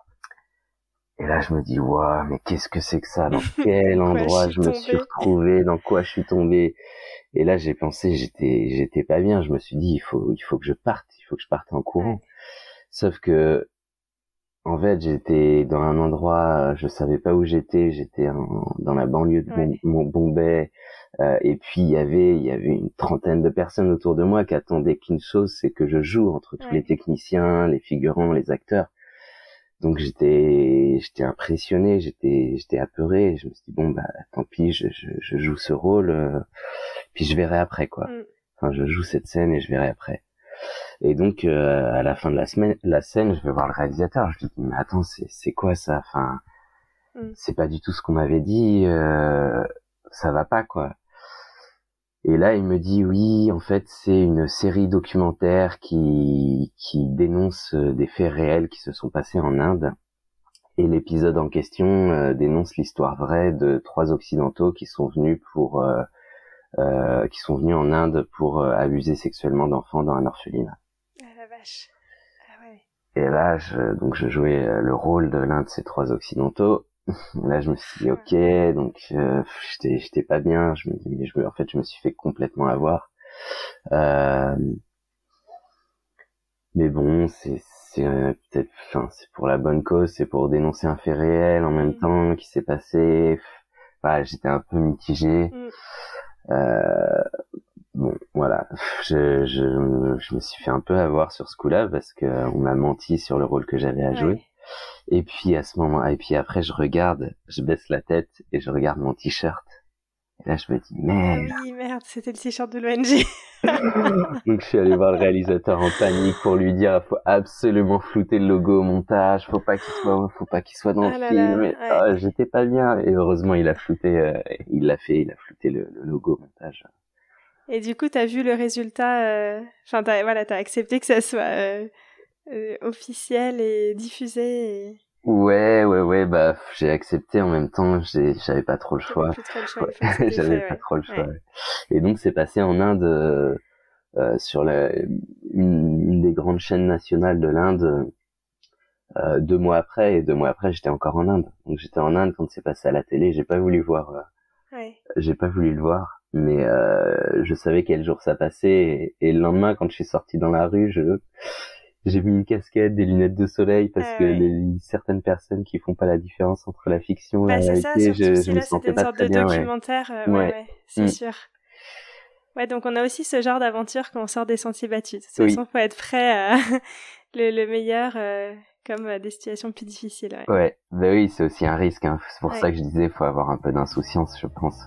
Et là, je me dis « Waouh, mais qu'est-ce que c'est que ça? Dans quel endroit je, je me suis retrouvé? Dans quoi je suis tombé ?» Et là, j'ai pensé, j'étais j'étais pas bien, je me suis dit « Il faut, il faut que je parte, il faut que je parte en courant. » Sauf que en fait, j'étais dans un endroit, je savais pas où j'étais, j'étais en, dans la banlieue de ouais. Bombay, euh, et puis il y avait, il y avait une trentaine de personnes autour de moi qui attendaient qu'une chose, c'est que je joue entre tous ouais. les techniciens, les figurants, les acteurs. Donc j'étais, j'étais impressionné, j'étais, j'étais apeuré. Je me suis dit bon bah tant pis, je, je, je joue ce rôle, euh, puis je verrai après quoi. Mm. Enfin, je joue cette scène et je verrai après. Et donc euh, à la fin de la semaine, la scène, je vais voir le réalisateur. Je lui dis mais attends, c'est c'est quoi ça? Enfin, mm. c'est pas du tout ce qu'on m'avait dit. Euh, ça va pas quoi. Et là il me dit oui, en fait c'est une série documentaire qui qui dénonce des faits réels qui se sont passés en Inde. Et l'épisode en question euh, dénonce l'histoire vraie de trois occidentaux qui sont venus pour euh, euh, qui sont venus en Inde pour euh, abuser sexuellement d'enfants dans un orphelinat. Ah la vache. Ah ouais. Et là, je, donc je jouais le rôle de l'un de ces trois occidentaux. Là, je me suis dit ok, donc euh, j'étais j'étais pas bien. Je me dis mais je, en fait, je me suis fait complètement avoir. Euh, mais bon, c'est c'est euh, peut-être, enfin, c'est pour la bonne cause, c'est pour dénoncer un fait réel en même temps qui s'est passé. Enfin, j'étais un peu mitigé. Mm. Euh, bon, voilà, je, je, je me suis fait un peu avoir sur ce coup-là parce que on m'a menti sur le rôle que j'avais à jouer. Ouais. Et puis à ce moment, et puis après je regarde, je baisse la tête et je regarde mon t-shirt. Et là je me dis merde. Oui merde, c'était le t-shirt de l'O N G. Donc je suis allé voir le réalisateur en panique pour lui dire faut absolument flouter le logo au montage, faut pas qu'il soit, faut pas qu'il soit dans ah le film. Là, mais, ouais. oh, j'étais pas bien et heureusement il a flouté, euh, il l'a fait, il a flouté le, le logo au montage. Et du coup t'as vu le résultat, enfin euh, t'as voilà t'as accepté que ça soit euh, euh, officiel et diffusé. Et... Ouais, ouais, ouais, bah, j'ai accepté en même temps, j'ai, j'avais pas trop le choix. Plus trop le choix ouais, j'avais fait, pas ouais. trop le choix. Ouais. Et donc, c'est passé en Inde, euh, euh, sur la, une, une des grandes chaînes nationales de l'Inde, euh, deux mois après, et deux mois après, j'étais encore en Inde. Donc, j'étais en Inde quand c'est passé à la télé, j'ai pas voulu voir, euh, ouais. j'ai pas voulu le voir, mais, euh, je savais quel jour ça passait, et, et le lendemain, quand je suis sorti dans la rue, je, j'ai mis une casquette, des lunettes de soleil parce euh, que ouais. les, certaines personnes qui font pas la différence entre la fiction et bah, la réalité, je, je me sentais pas très bien. C'était une sorte de documentaire, ouais, ouais, ouais, ouais c'est mmh. sûr. Ouais, donc on a aussi ce genre d'aventure quand on sort des sentiers battus. De toute oui. façon, faut être prêt à le, le meilleur, euh, comme à des situations plus difficiles. Ouais, ouais. Bah oui, c'est aussi un risque. Hein. C'est pour ouais. ça que je disais, faut avoir un peu d'insouciance, je pense.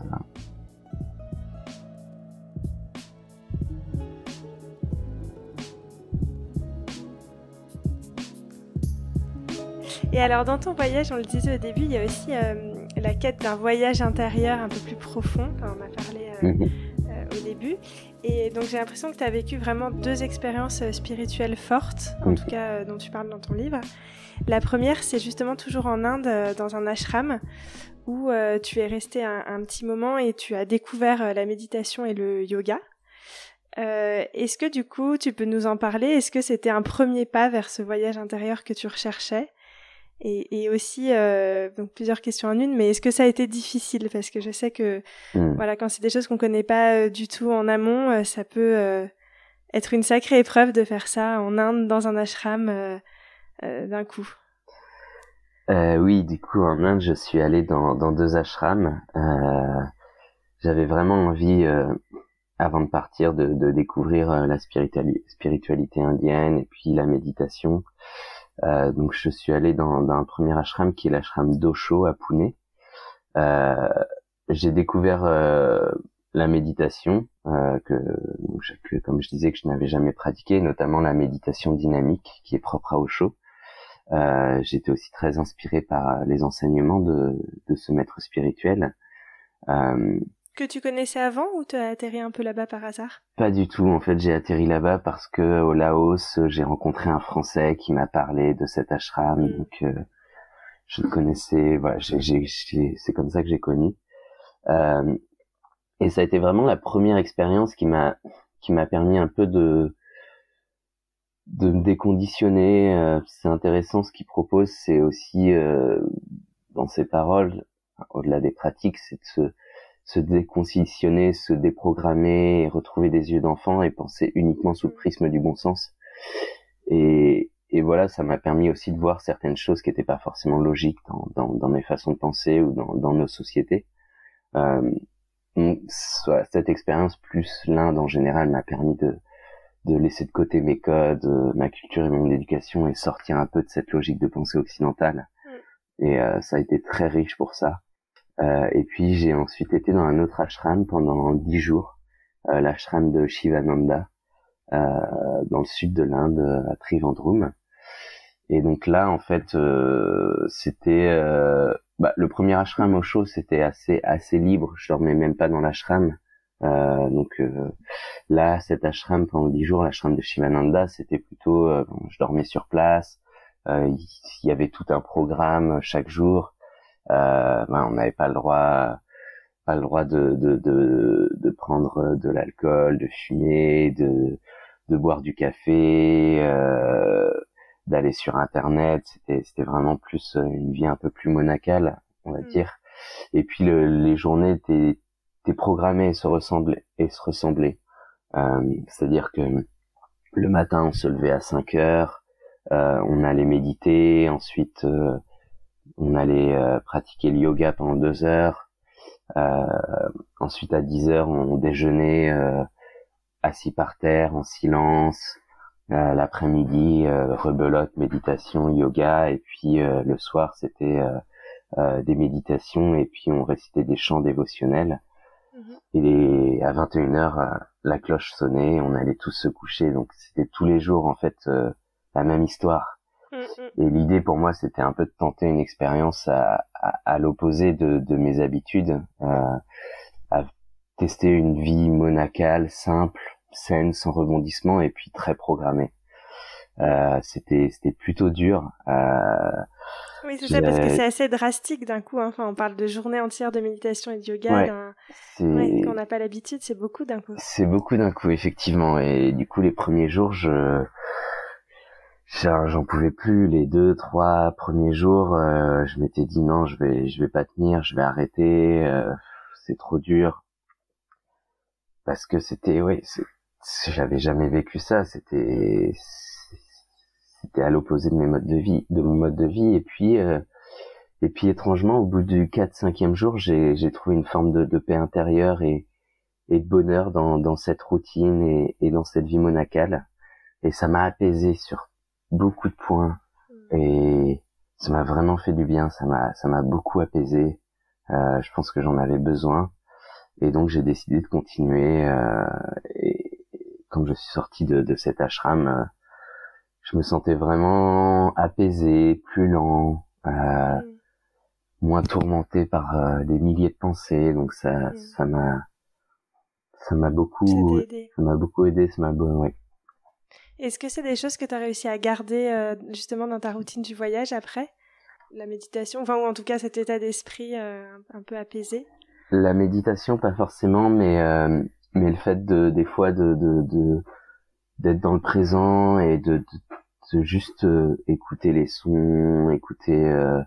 Et alors, dans ton voyage, on le disait au début, il y a aussi euh, la quête d'un voyage intérieur un peu plus profond. Enfin, on a parlé euh, mmh. euh, au début. Et donc, j'ai l'impression que tu as vécu vraiment deux expériences spirituelles fortes, en mmh. tout cas, euh, dont tu parles dans ton livre. La première, c'est justement toujours en Inde, euh, dans un ashram, où euh, tu es resté un, un petit moment et tu as découvert euh, la méditation et le yoga. Euh, est-ce que du coup, tu peux nous en parler? Est-ce que c'était un premier pas vers ce voyage intérieur que tu recherchais? Et, et aussi, euh, donc plusieurs questions en une, mais est-ce que ça a été difficile? Parce que je sais que mmh. voilà, quand c'est des choses qu'on connaît pas euh, du tout en amont, euh, ça peut euh, être une sacrée épreuve de faire ça en Inde, dans un ashram, euh, euh, d'un coup. Euh, oui, du coup, en Inde, je suis allé dans, dans deux ashrams. Euh, j'avais vraiment envie, euh, avant de partir, de, de découvrir euh, la spirituali- spiritualité indienne et puis la méditation. Euh, donc, je suis allé dans, dans un premier ashram qui est l'ashram d'Osho à Pune. Euh, j'ai découvert euh, la méditation, euh, que, que, comme je disais, que je n'avais jamais pratiqué, notamment la méditation dynamique qui est propre à Osho. Euh, j'étais aussi très inspiré par les enseignements de, de ce maître spirituel. Euh, que tu connaissais avant ou tu as atterri un peu là-bas par hasard? Pas du tout. En fait, j'ai atterri là-bas parce que au Laos, j'ai rencontré un Français qui m'a parlé de cet ashram. Mmh. Donc, euh, je le connaissais. Voilà, j'ai, j'ai, j'ai, c'est comme ça que j'ai connu. Euh, et ça a été vraiment la première expérience qui m'a qui m'a permis un peu de de me déconditionner. Euh, c'est intéressant ce qu'il propose, c'est aussi euh, dans ses paroles, au-delà des pratiques, c'est de se, se déconditionner, se déprogrammer, et retrouver des yeux d'enfant et penser uniquement sous le prisme du bon sens. Et, et voilà, ça m'a permis aussi de voir certaines choses qui n'étaient pas forcément logiques dans, dans, dans mes façons de penser ou dans, dans nos sociétés. Euh, donc, voilà, cette expérience plus l'Inde en général m'a permis de de laisser de côté mes codes, euh, ma culture et mon éducation et sortir un peu de cette logique de pensée occidentale. Mm. Et euh, ça a été très riche pour ça. Euh, et puis j'ai ensuite été dans un autre ashram pendant dix jours, euh, l'ashram de Shivananda, euh, dans le sud de l'Inde, à Trivandrum. Et donc là, en fait, euh, c'était euh, bah, le premier ashram au chaud, c'était assez assez libre. Je dormais même pas dans l'ashram. Euh, donc euh, là, cet ashram pendant dix jours, l'ashram de Shivananda, c'était plutôt, euh, je dormais sur place. Euh, il y, y avait tout un programme chaque jour. Euh, ben, on n'avait pas le droit, pas le droit de de de, de prendre de l'alcool, de fumer, de de boire du café, euh, d'aller sur Internet. C'était c'était vraiment plus une vie un peu plus monacale, on va mmh. dire. Et puis le, les journées étaient étaient programmées et se ressemblaient et se ressemblaient. Euh, c'est-à-dire que le matin on se levait à cinq heures, euh, on allait méditer, ensuite euh, on allait euh, pratiquer le yoga pendant deux heures, euh, ensuite à dix heures on déjeunait euh, assis par terre en silence, euh, l'après-midi euh, rebelote, méditation, yoga, et puis euh, le soir c'était euh, euh, des méditations et puis on récitait des chants dévotionnels. Et à vingt et une heures, euh, la cloche sonnait, on allait tous se coucher, donc c'était tous les jours en fait euh, la même histoire. Mm-hmm. Et l'idée pour moi, c'était un peu de tenter une expérience à, à, à l'opposé de, de mes habitudes, euh, à tester une vie monacale, simple, saine, sans rebondissement, et puis très programmée. Euh, c'était c'était plutôt dur. Euh, oui, c'est ça, parce que c'est assez drastique d'un coup. Hein. Enfin, on parle de journée entière de méditation et de yoga. Ouais, d'un... ouais, quand on n'a pas l'habitude, c'est beaucoup d'un coup. C'est beaucoup d'un coup, effectivement. Et du coup, les premiers jours, je j'en pouvais plus. Les deux, trois premiers jours, euh, je m'étais dit non, je vais je vais pas tenir, je vais arrêter. Euh, c'est trop dur. Parce que c'était, ouais, c'est, j'avais jamais vécu ça. C'était c'était à l'opposé de mes modes de vie, de mon mode de vie. Et puis, euh, et puis étrangement, au bout du quatre, cinquième jour, j'ai, j'ai trouvé une forme de, de paix intérieure et, et de bonheur dans, dans cette routine et, et dans cette vie monacale. Et ça m'a apaisé sur beaucoup de points. Et ça m'a vraiment fait du bien. Ça m'a, ça m'a beaucoup apaisé. Euh, je pense que j'en avais besoin. Et donc, j'ai décidé de continuer. Euh, et quand je suis sorti de, de cet ashram, euh, je me sentais vraiment apaisé, plus lent, euh, mmh. moins tourmenté par euh, des milliers de pensées. Donc ça, mmh. ça m'a, ça m'a beaucoup, ça, aidé. ça m'a beaucoup aidé. Ça m'a, ouais. Est-ce que c'est des choses que tu as réussi à garder euh, justement dans ta routine du voyage après la méditation, enfin ou en tout cas cet état d'esprit euh, un peu apaisé? La méditation, pas forcément, mais euh, mais le fait de des fois de de, de d'être dans le présent et de, de, de juste euh, écouter les sons, écouter euh,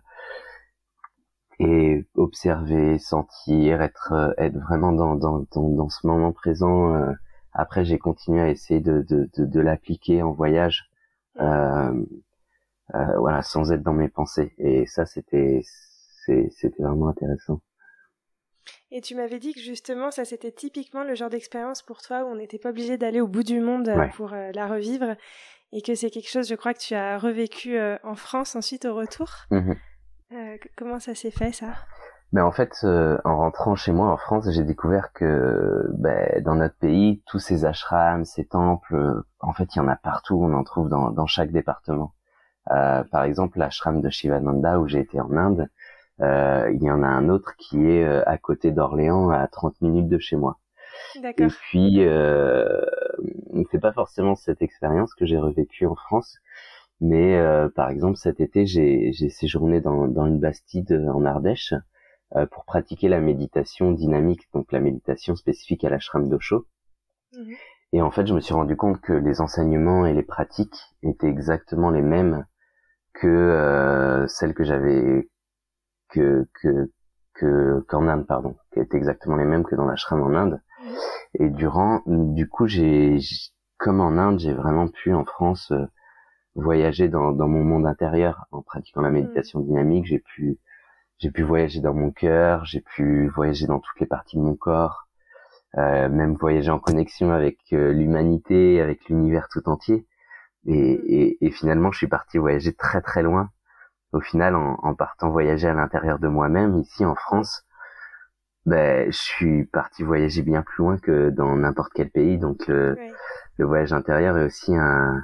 et observer, sentir, être euh, être vraiment dans dans dans, dans ce moment présent. Euh, après, j'ai continué à essayer de de de, de l'appliquer en voyage, euh, euh, voilà, sans être dans mes pensées. Et ça, c'était c'est c'était vraiment intéressant. Et tu m'avais dit que justement, ça c'était typiquement le genre d'expérience pour toi où on n'était pas obligé d'aller au bout du monde ouais. pour euh, la revivre, et que c'est quelque chose, je crois, que tu as revécu euh, en France ensuite au retour. Mmh. Euh, comment ça s'est fait, ça? Ben en fait, euh, en rentrant chez moi en France, j'ai découvert que ben, dans notre pays, tous ces ashrams, ces temples, euh, en fait, il y en a partout. On en trouve dans, dans chaque département. Euh, par exemple, l'ashram de Shivananda où j'ai été en Inde, euh, il y en a un autre qui est euh, à côté d'Orléans, à trente minutes de chez moi. D'accord. Et puis, euh, c'est pas forcément cette expérience que j'ai revécue en France, mais euh, par exemple cet été, j'ai, j'ai séjourné dans, dans une bastide en Ardèche euh, pour pratiquer la méditation dynamique, donc la méditation spécifique à l'ashram d'Osho. Mmh. Et en fait, je me suis rendu compte que les enseignements et les pratiques étaient exactement les mêmes que euh, celles que j'avais que que que qu'en Inde, pardon, qui étaient exactement les mêmes que dans l'ashram en Inde. Mmh. Et durant, du coup, j'ai, comme en Inde, j'ai vraiment pu en France euh, voyager dans dans mon monde intérieur en pratiquant la méditation mmh. dynamique. J'ai pu j'ai pu voyager dans mon cœur, j'ai pu voyager dans toutes les parties de mon corps, euh, même voyager en connexion avec euh, l'humanité, avec l'univers tout entier. Et, et, et finalement, je suis parti voyager très très loin. Au final, en, en partant voyager à l'intérieur de moi-même, ici en France, ben, je suis parti voyager bien plus loin que dans n'importe quel pays. Donc le, oui. le voyage intérieur est aussi un...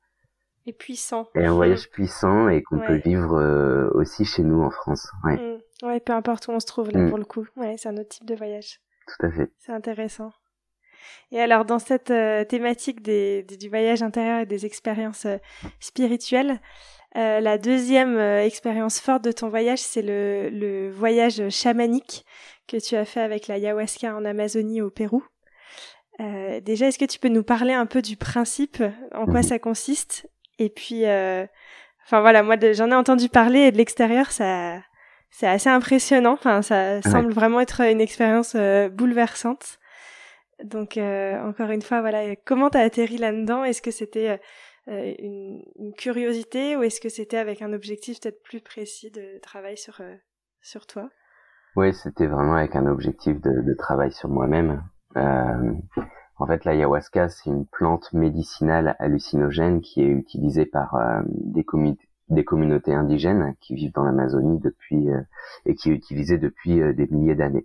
Et puissant. Et un voyage puissant et qu'on ouais. peut vivre euh, aussi chez nous en France. Ouais. Mmh. Ouais, peu importe où on se trouve là mmh. pour le coup. Ouais, c'est un autre type de voyage. Tout à fait. C'est intéressant. Et alors, dans cette euh, thématique des, des, du voyage intérieur et des expériences euh, spirituelles, euh, la deuxième euh, expérience forte de ton voyage, c'est le, le voyage chamanique que tu as fait avec la ayahuasca en Amazonie au Pérou. Euh, déjà, est-ce que tu peux nous parler un peu du principe, en quoi mmh. ça consiste? Et puis, euh, enfin voilà, moi de, j'en ai entendu parler et de l'extérieur, ça, c'est assez impressionnant. Enfin, ça ouais. semble vraiment être une expérience euh, bouleversante. Donc, euh, encore une fois, voilà, comment t'as atterri là-dedans? Est-ce que c'était euh, une, une curiosité ou est-ce que c'était avec un objectif peut-être plus précis de travail sur euh, sur toi? Oui, c'était vraiment avec un objectif de, de travail sur moi-même. Euh, en fait, l'ayahuasca, c'est une plante médicinale hallucinogène qui est utilisée par euh, des, commun- des communautés indigènes qui vivent dans l'Amazonie depuis euh, et qui est utilisée depuis euh, des milliers d'années.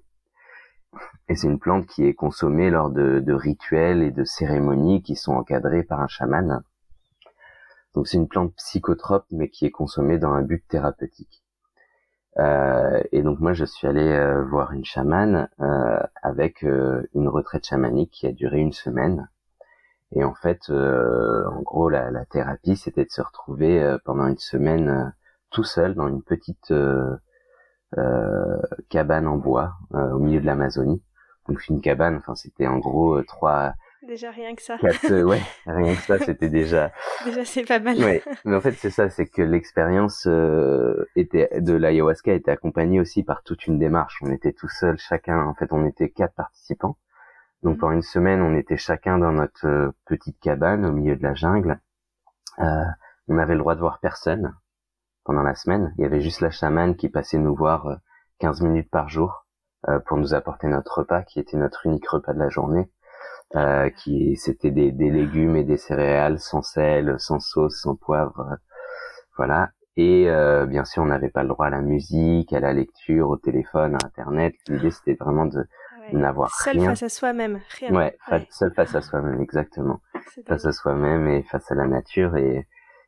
Et c'est une plante qui est consommée lors de, de rituels et de cérémonies qui sont encadrés par un chaman. Donc c'est une plante psychotrope, mais qui est consommée dans un but thérapeutique. Euh, et donc moi je suis allé euh, voir une chamane euh, avec euh, une retraite chamanique qui a duré une semaine. Et en fait, euh, en gros, la, la thérapie, c'était de se retrouver euh, pendant une semaine euh, tout seul dans une petite euh, euh, cabane en bois euh, au milieu de l'Amazonie. Donc une cabane, enfin c'était en gros euh, trois... Déjà rien que ça. Quatre, euh, ouais, rien que ça, c'était déjà... Déjà c'est pas mal. Ouais, mais en fait c'est ça, c'est que l'expérience euh, était de l'ayahuasca était accompagnée aussi par toute une démarche. On était tout seul, chacun, en fait on était quatre participants. Donc pendant une semaine, on était chacun dans notre euh, petite cabane au milieu de la jungle. Euh, on avait le droit de voir personne pendant la semaine. Il y avait juste la chamane qui passait nous voir euh, quinze minutes par jour euh, pour nous apporter notre repas, qui était notre unique repas de la journée. Euh, qui c'était des, des légumes et des céréales sans sel, sans sauce, sans poivre, euh, voilà. Et euh, bien sûr, on n'avait pas le droit à la musique, à la lecture, au téléphone, à Internet. L'idée, c'était vraiment de ouais. n'avoir seul rien. Seul face à soi-même, rien. Ouais, fa- ouais. seul face à soi-même, exactement. Face à soi-même et face à la nature. Et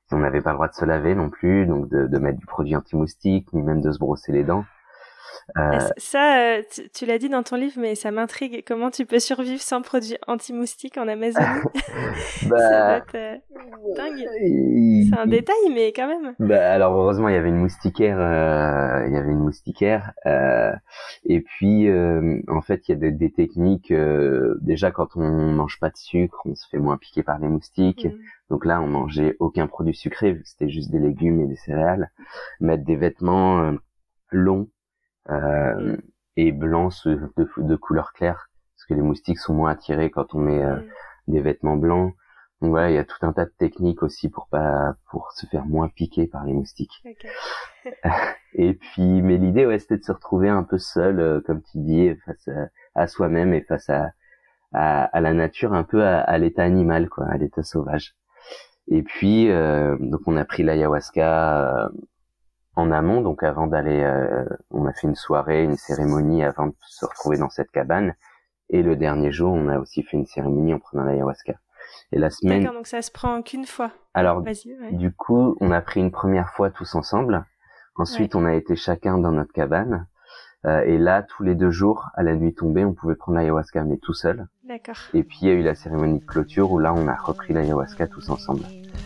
On n'avait pas le droit de se laver non plus, donc de, de mettre du produit anti-moustique, ni même de se brosser les dents. Euh... Ça, euh, tu, tu l'as dit dans ton livre, mais ça m'intrigue. Comment tu peux survivre sans produit anti-moustique en Amazonie? bah, ça doit être euh, dingue. Il... C'est un détail, mais quand même. Bah, alors heureusement, il y avait une moustiquaire. Euh, il y avait une moustiquaire. Euh, et puis, euh, en fait, il y a des, des techniques. Euh, déjà, quand on mange pas de sucre, on se fait moins piquer par les moustiques. Mmh. Donc là, on mangeait aucun produit sucré, vu que c'était juste des légumes et des céréales. Mettre des vêtements euh, longs. Euh, mm. et blanc de, de couleur claire, parce que les moustiques sont moins attirés quand on met euh, mm. des vêtements blancs. Donc voilà, il y a tout un tas de techniques aussi pour pas pour se faire moins piquer par les moustiques. Okay. Et puis, mais l'idée, ouais, c'était de se retrouver un peu seul, euh, comme tu dis, face à, à soi-même et face à, à à la nature, un peu à, à l'état animal, quoi, à l'état sauvage. Et puis, euh, donc on a pris l'ayahuasca. Euh, en amont, donc avant d'aller, euh, on a fait une soirée, une cérémonie avant de se retrouver dans cette cabane. Et le dernier jour, on a aussi fait une cérémonie en prenant l'ayahuasca. Et la semaine. D'accord, donc ça se prend qu'une fois. Alors, ouais. Du coup, on a pris une première fois tous ensemble. Ensuite, ouais. on a été chacun dans notre cabane. Euh, et là, tous les deux jours, à la nuit tombée, on pouvait prendre l'ayahuasca, mais tout seul. D'accord. Et puis, il y a eu la cérémonie de clôture où là, on a repris l'ayahuasca tous ensemble.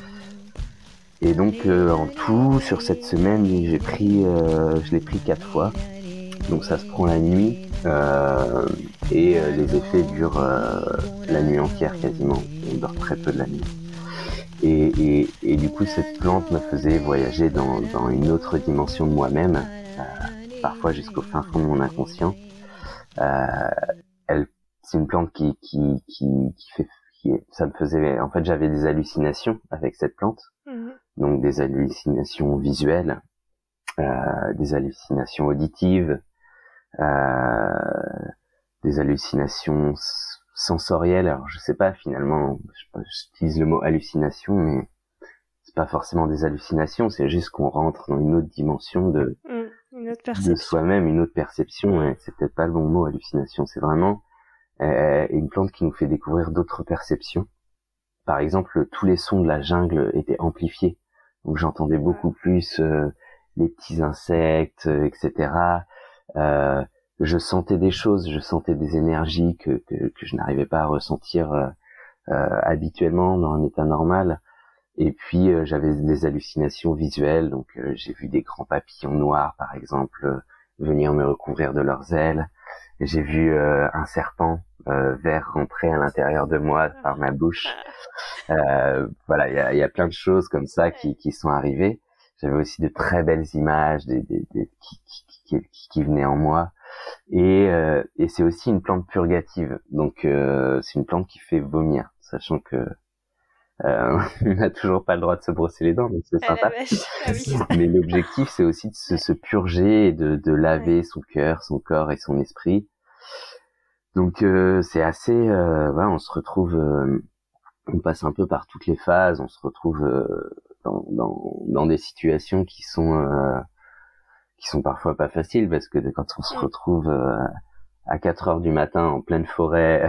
Et donc euh, en tout sur cette semaine j'ai pris, euh, je l'ai pris quatre fois. Donc ça se prend la nuit euh, et euh, les effets durent euh, la nuit entière quasiment. On dort très peu de la nuit. Et, et, et du coup cette plante me faisait voyager dans, dans une autre dimension de moi-même, euh, parfois jusqu'au fin fond de mon inconscient. Euh, elle, c'est une plante qui qui qui, qui fait, qui, ça me faisait, en fait j'avais des hallucinations avec cette plante. Mmh. Donc des hallucinations visuelles, euh, des hallucinations auditives, euh, des hallucinations sensorielles. Alors je sais pas finalement, j'utilise le mot hallucination, mais c'est pas forcément des hallucinations, c'est juste qu'on rentre dans une autre dimension de, mmh, une autre perception. de soi-même, une autre perception. Ouais, c'est peut-être pas le bon mot, hallucination. C'est vraiment euh, une plante qui nous fait découvrir d'autres perceptions. Par exemple, tous les sons de la jungle étaient amplifiés. Donc j'entendais beaucoup plus euh, les petits insectes, euh, et cetera. Euh, je sentais des choses, je sentais des énergies que, que, que je n'arrivais pas à ressentir euh, euh, habituellement dans un état normal. Et puis euh, j'avais des hallucinations visuelles, donc euh, j'ai vu des grands papillons noirs, par exemple, euh, venir me recouvrir de leurs ailes. J'ai vu euh, un serpent euh, vert rentrer à l'intérieur de moi par ma bouche. Euh, voilà, il y a, y a plein de choses comme ça qui, qui sont arrivées. J'avais aussi de très belles images des, des, des, qui, qui, qui, qui venaient en moi. Et, euh, et c'est aussi une plante purgative. Donc euh, c'est une plante qui fait vomir, sachant que euh, on n'a toujours pas le droit de se brosser les dents, donc c'est sympa. Ah oui. Mais l'objectif, c'est aussi de se, se purger et de, de laver ouais. son cœur, son corps et son esprit. Donc euh, c'est assez, euh, voilà, on se retrouve, euh, on passe un peu par toutes les phases, on se retrouve euh, dans, dans, dans des situations qui sont, euh, qui sont parfois pas faciles, parce que quand on se retrouve euh, à quatre heures du matin en pleine forêt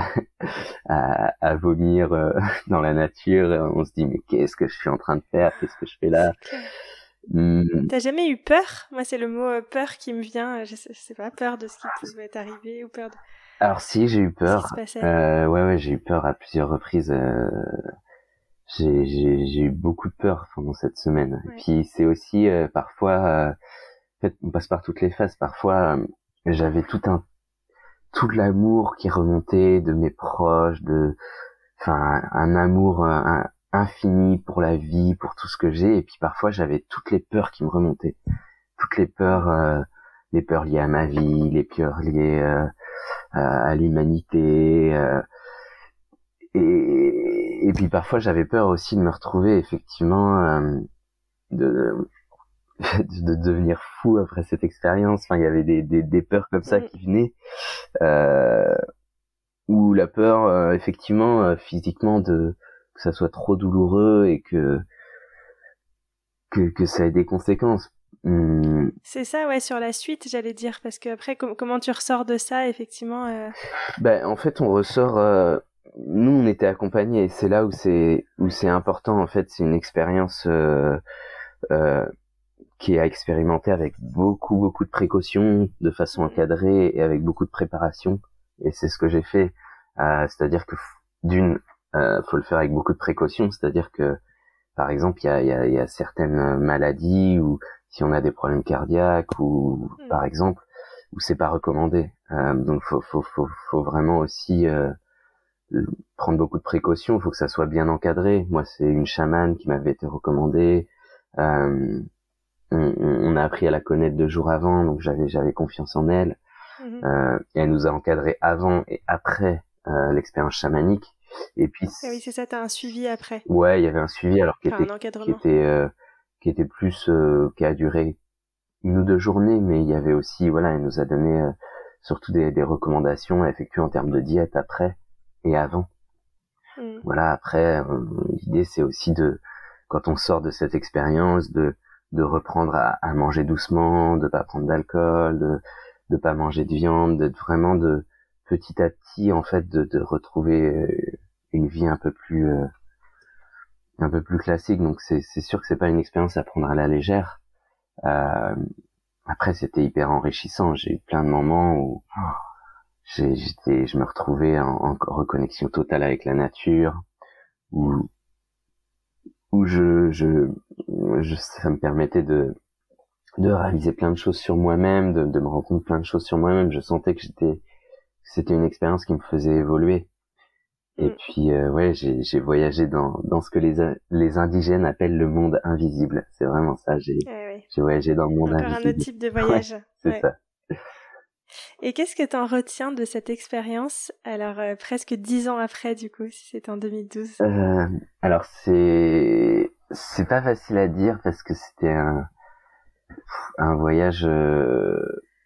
à, à vomir euh, dans la nature, on se dit mais qu'est-ce que je suis en train de faire, qu'est-ce que je fais là? Mmh. T'as jamais eu peur? Moi c'est le mot euh, peur qui me vient, je sais, je sais pas, peur de ce qui pouvait t'arriver ou peur de... Alors si, j'ai eu peur, euh, ouais ouais j'ai eu peur à plusieurs reprises, euh, j'ai, j'ai, j'ai eu beaucoup de peur pendant cette semaine, ouais. Et puis c'est aussi euh, parfois, euh, en fait on passe par toutes les phases, parfois euh, j'avais tout un tout l'amour qui remontait de mes proches, de, enfin, un amour un, infini pour la vie, pour tout ce que j'ai, et puis parfois j'avais toutes les peurs qui me remontaient, toutes les peurs, euh, les peurs liées à ma vie, les peurs liées euh, à l'humanité, euh, et, et puis parfois j'avais peur aussi de me retrouver effectivement euh, de de devenir fou après cette expérience. Enfin, il y avait des, des, des peurs comme ça qui venaient, euh, ou la peur, euh, effectivement, euh, physiquement, de que ça soit trop douloureux et que que, que ça ait des conséquences. Hum. C'est ça, ouais, sur la suite, j'allais dire, parce que après, com- comment tu ressors de ça, effectivement euh... Ben, en fait, on ressort. Euh, nous, on était accompagnés. Et c'est là où c'est où c'est important. En fait, c'est une expérience euh, euh, qui est à expérimenter avec beaucoup beaucoup de précautions, de façon encadrée et avec beaucoup de préparation. Et c'est ce que j'ai fait. Euh, c'est-à-dire que d'une, euh, faut le faire avec beaucoup de précautions. C'est-à-dire que, par exemple, il y a, il y a, il y a certaines maladies ou si on a des problèmes cardiaques ou, mmh. par exemple, où c'est pas recommandé. Euh, donc, faut, faut, faut, faut vraiment aussi euh, prendre beaucoup de précautions. Il faut que ça soit bien encadré. Moi, c'est une chamane qui m'avait été recommandée. Euh, on, on a appris à la connaître deux jours avant, donc j'avais, j'avais confiance en elle. Mmh. Euh, et elle nous a encadrés avant et après euh, l'expérience chamanique. Et puis ah oui, c'est ça, t'as un suivi après. Ouais, il y avait un suivi alors qui enfin, était qui était euh, qui était plus euh, qui a duré une ou deux journées, mais il y avait aussi voilà, elle nous a donné euh, surtout des, des recommandations à effectuer en termes de diète après et avant. Mm. Voilà, après euh, l'idée c'est aussi de quand on sort de cette expérience de de reprendre à, à manger doucement, de pas prendre d'alcool, de de pas manger de viande, de vraiment de petit à petit en fait de de retrouver une vie un peu plus euh, un peu plus classique. Donc c'est c'est sûr que c'est pas une expérience à prendre à la légère. Euh, après c'était hyper enrichissant. J'ai eu plein de moments où j'ai j'étais je me retrouvais en, en reconnexion totale avec la nature, où où je je, je ça me permettait de de réaliser plein de choses sur moi-même, de, de me rendre compte plein de choses sur moi-même. Je sentais que j'étais, c'était une expérience qui me faisait évoluer. Et mm. puis, euh, ouais, j'ai, j'ai voyagé dans, dans ce que les, les indigènes appellent le monde invisible. C'est vraiment ça. J'ai, eh oui. j'ai voyagé dans le monde Encore invisible. Encore un autre type de voyage. Ouais, c'est ouais. ça. Et qu'est-ce que t'en retiens de cette expérience, alors euh, presque dix ans après, du coup, si c'était en deux mille douze? Euh, alors c'est, c'est pas facile à dire parce que c'était un, un voyage, euh,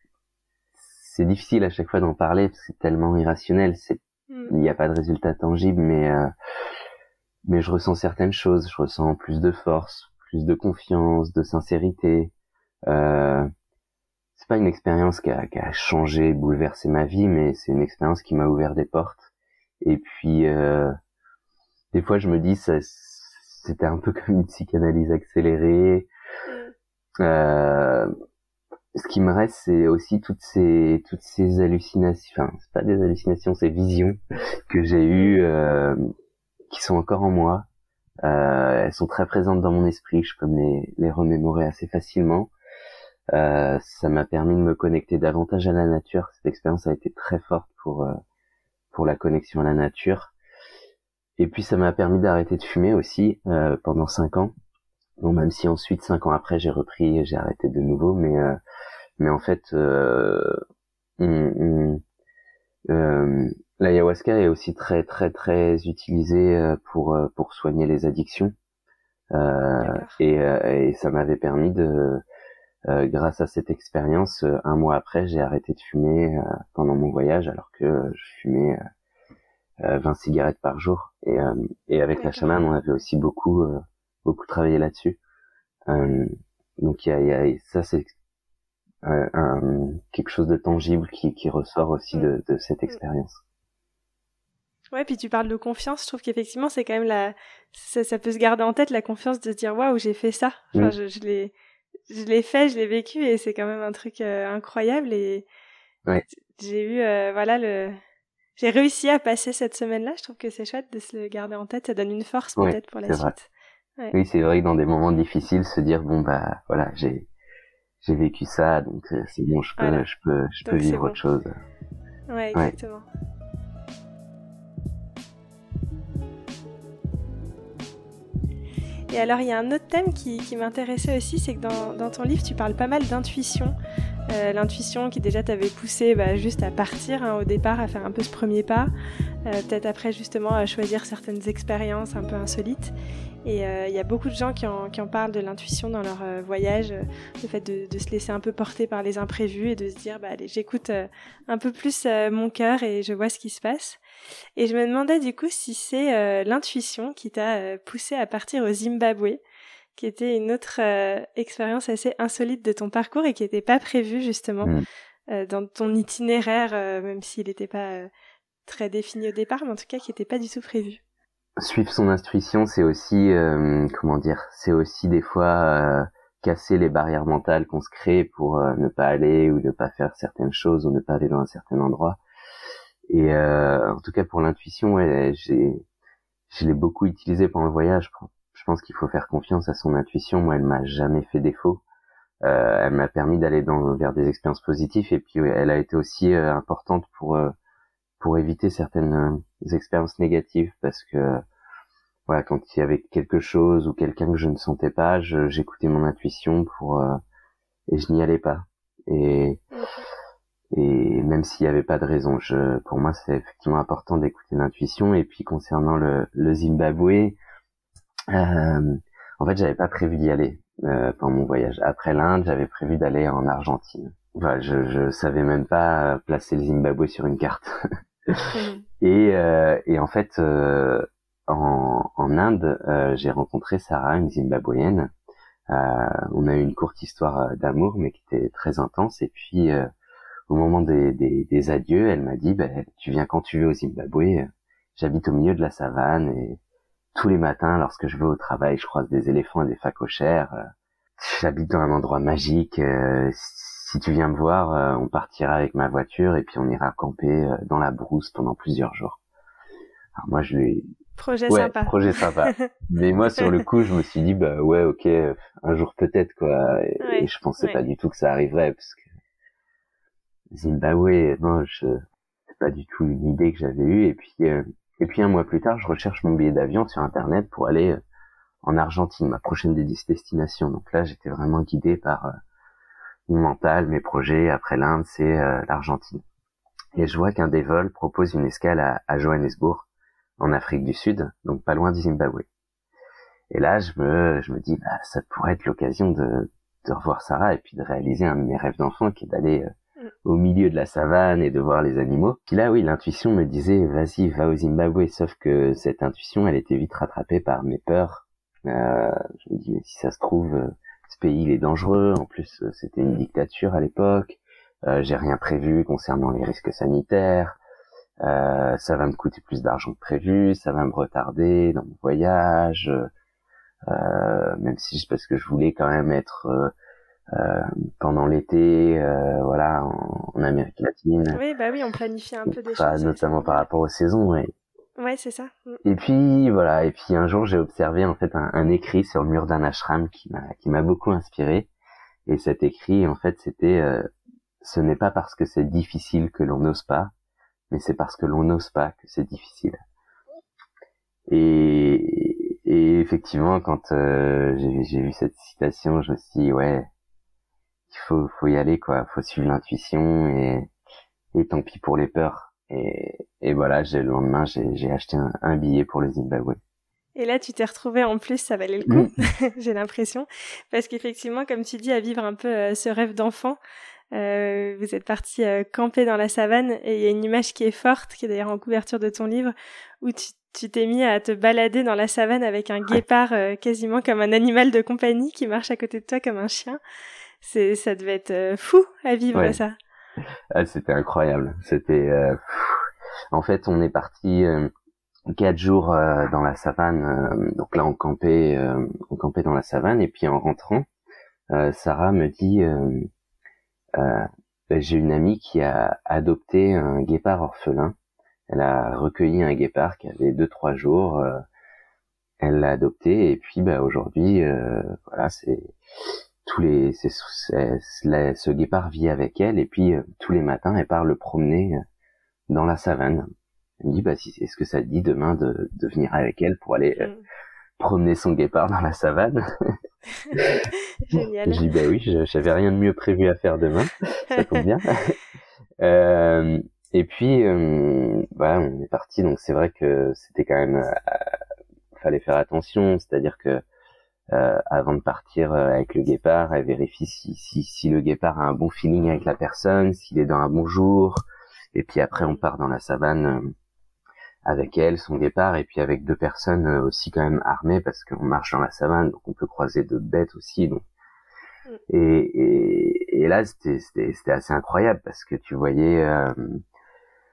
c'est difficile à chaque fois d'en parler parce que c'est tellement irrationnel. C'est, mm. il n'y a pas de résultat tangible, mais euh, mais je ressens certaines choses. Je ressens plus de force, plus de confiance, de sincérité. Euh, c'est pas une expérience qui a, qui a changé, bouleversé ma vie, mais c'est une expérience qui m'a ouvert des portes. Et puis euh, des fois, je me dis, ça, c'était un peu comme une psychanalyse accélérée. Mm. Euh, ce qui me reste, c'est aussi toutes ces toutes ces hallucinations, enfin c'est pas des hallucinations, c'est visions que j'ai eues, euh, qui sont encore en moi. Euh, elles sont très présentes dans mon esprit, je peux me les, les remémorer assez facilement. Euh, ça m'a permis de me connecter davantage à la nature. Cette expérience a été très forte pour euh, pour la connexion à la nature. Et puis ça m'a permis d'arrêter de fumer aussi euh, pendant cinq ans. Bon, même si ensuite cinq ans après j'ai repris, j'ai arrêté de nouveau, mais euh, mais en fait, euh, on, on, euh, l'ayahuasca est aussi très très très utilisé pour pour soigner les addictions. Euh, et, et ça m'avait permis de, euh, grâce à cette expérience, un mois après, j'ai arrêté de fumer euh, pendant mon voyage, alors que je fumais euh, vingt cigarettes par jour. Et, euh, et avec D'accord. la chamane, on avait aussi beaucoup euh, beaucoup travaillé là-dessus. Euh, donc il y a, y a ça c'est Euh, un, quelque chose de tangible qui, qui ressort aussi de, de cette expérience. Ouais, puis tu parles de confiance, je trouve qu'effectivement c'est quand même la, ça, ça peut se garder en tête la confiance de se dire waouh j'ai fait ça, enfin mmh. je, je l'ai, je l'ai fait, je l'ai vécu et c'est quand même un truc euh, incroyable et ouais. j'ai eu euh, voilà le, j'ai réussi à passer cette semaine-là. Je trouve que c'est chouette de se le garder en tête, ça donne une force ouais, peut-être pour la suite. Ouais. Oui, c'est vrai que dans des moments difficiles, se dire bon bah voilà j'ai j'ai vécu ça, donc euh, c'est bon, je peux, voilà. je peux, je donc peux vivre bon. autre chose. Ouais, exactement. Ouais. Et alors, il y a un autre thème qui, qui m'intéressait aussi, c'est que dans, dans ton livre, tu parles pas mal d'intuition. Euh, l'intuition qui déjà t'avait poussé bah, juste à partir hein, au départ, à faire un peu ce premier pas. Euh, peut-être après justement à choisir certaines expériences un peu insolites. Et il euh, y a beaucoup de gens qui en, qui en parlent de l'intuition dans leur euh, voyage, euh, le fait de, de se laisser un peu porter par les imprévus et de se dire bah, allez, j'écoute euh, un peu plus euh, mon cœur et je vois ce qui se passe. Et je me demandais du coup si c'est euh, l'intuition qui t'a euh, poussé à partir au Zimbabwe, qui était une autre euh, expérience assez insolite de ton parcours et qui n'était pas prévue justement mmh. euh, dans ton itinéraire, euh, même s'il n'était pas... Euh, très défini au départ, mais en tout cas qui n'était pas du tout prévu. Suivre son intuition, c'est aussi, euh, comment dire, c'est aussi des fois euh, casser les barrières mentales qu'on se crée pour euh, ne pas aller ou ne pas faire certaines choses ou ne pas aller dans un certain endroit. Et euh, en tout cas pour l'intuition, ouais, j'ai, je l'ai beaucoup utilisé pendant le voyage. Je pense qu'il faut faire confiance à son intuition. Moi, elle m'a jamais fait défaut. Euh, elle m'a permis d'aller dans vers des expériences positives et puis elle a été aussi euh, importante pour euh, pour éviter certaines euh, expériences négatives parce que voilà, quand il y avait quelque chose ou quelqu'un que je ne sentais pas, je, j'écoutais mon intuition pour euh, et je n'y allais pas. Et et même s'il y avait pas de raison, je pour moi c'est effectivement important d'écouter l'intuition. Et puis concernant le le Zimbabwe, euh, en fait j'avais pas prévu d'y aller euh, pendant mon voyage. Après l'Inde, j'avais prévu d'aller en Argentine. Voilà, je je savais même pas placer le Zimbabwe sur une carte. et euh, et en fait euh, en en Inde, euh, j'ai rencontré Sarah, une Zimbabwéenne. Euh, on a eu une courte histoire d'amour, mais qui était très intense. Et puis euh, au moment des, des, des adieux, elle m'a dit bah, tu viens quand tu veux au Zimbabwe. J'habite au milieu de la savane et tous les matins, lorsque je vais au travail, je croise des éléphants et des phacochères. J'habite dans un endroit magique. Euh, si tu viens me voir, euh, on partira avec ma voiture et puis on ira camper euh, dans la brousse pendant plusieurs jours. Alors moi, je lui... Projet ouais, sympa. projet sympa. Mais moi, sur le coup, je me suis dit, bah ouais, ok, un jour peut-être, quoi. Et, ouais, et je pensais ouais. pas du tout que ça arriverait, parce que Zimbabwe, non, je... c'est pas du tout une idée que j'avais eue. Et puis, euh... et puis un mois plus tard, je recherche mon billet d'avion sur Internet pour aller euh, en Argentine, ma prochaine destination. Donc là, j'étais vraiment guidé par euh, mon mental, mes projets. Après l'Inde, c'est euh, l'Argentine. Et je vois qu'un des vols propose une escale à, à Johannesburg, en Afrique du Sud, donc pas loin du Zimbabwe. Et là, je me, je me dis, bah, ça pourrait être l'occasion de, de revoir Sarah et puis de réaliser un de mes rêves d'enfant, qui est d'aller euh, mm. au milieu de la savane et de voir les animaux. Puis là, oui, l'intuition me disait, vas-y, va au Zimbabwe. Sauf que cette intuition, elle était vite rattrapée par mes peurs. Euh, je me dis, mais si ça se trouve, euh, ce pays, il est dangereux. En plus, euh, c'était une dictature à l'époque. Euh, j'ai rien prévu concernant les risques sanitaires. Euh, ça va me coûter plus d'argent que prévu, ça va me retarder dans mon voyage, euh, même si c'est parce que je voulais quand même être euh, euh, pendant l'été, euh, voilà, en, en Amérique latine. Oui, bah oui, on planifie un peu des enfin, choses. Notamment par rapport aux saisons, ouais. Ouais, c'est ça. Mm. Et puis voilà, et puis un jour j'ai observé en fait un, un écrit sur le mur d'un ashram qui m'a qui m'a beaucoup inspiré. Et cet écrit, en fait, c'était euh, ce n'est pas parce que c'est difficile que l'on n'ose pas, mais c'est parce que l'on n'ose pas que c'est difficile. Et, et effectivement, quand euh, j'ai, j'ai vu cette citation, je me suis dit, ouais, il faut, faut y aller, quoi. Faut suivre l'intuition et, et tant pis pour les peurs. Et, et voilà, j'ai, le lendemain, j'ai, j'ai acheté un, un billet pour le Zimbabwe. Et là, tu t'es retrouvé en plus, ça valait le coup, mmh. j'ai l'impression. Parce qu'effectivement, comme tu dis, à vivre un peu euh, ce rêve d'enfant, Euh, vous êtes parti euh, camper dans la savane et il y a une image qui est forte, qui est d'ailleurs en couverture de ton livre, où tu, tu t'es mis à te balader dans la savane avec un guépard euh, quasiment comme un animal de compagnie qui marche à côté de toi comme un chien. C'est, ça devait être euh, fou à vivre ouais. ça. Ah, c'était incroyable. C'était, euh, en fait, on est parti euh, quatre jours euh, dans la savane. Euh, donc là, on campait, euh, on campait dans la savane et puis en rentrant, euh, Sarah me dit. Euh, Euh, j'ai une amie qui a adopté un guépard orphelin. Elle a recueilli un guépard qui avait deux trois jours. Euh, elle l'a adopté et puis bah aujourd'hui, euh, voilà, c'est tous les, c'est, c'est, c'est, ce guépard vit avec elle et puis euh, tous les matins elle part le promener dans la savane. Elle me dit bah si, est-ce que ça te dit demain de, de venir avec elle pour aller euh, promener son guépard dans la savane? Génial. J'ai dit bah oui, j'avais rien de mieux prévu à faire demain, ça tombe bien. euh, et puis euh, voilà, on est parti. Donc c'est vrai que c'était quand même, euh, fallait faire attention, c'est-à-dire que euh, avant de partir avec le guépard, elle vérifie si, si si le guépard a un bon feeling avec la personne, s'il est dans un bon jour. Et puis après on part dans la savane. Euh, avec elle, son guépard, et puis avec deux personnes aussi quand même armées, parce qu'on marche dans la savane, donc on peut croiser d'autres bêtes aussi. Donc. Et, et, et là, c'était, c'était, c'était assez incroyable, parce que tu voyais, euh,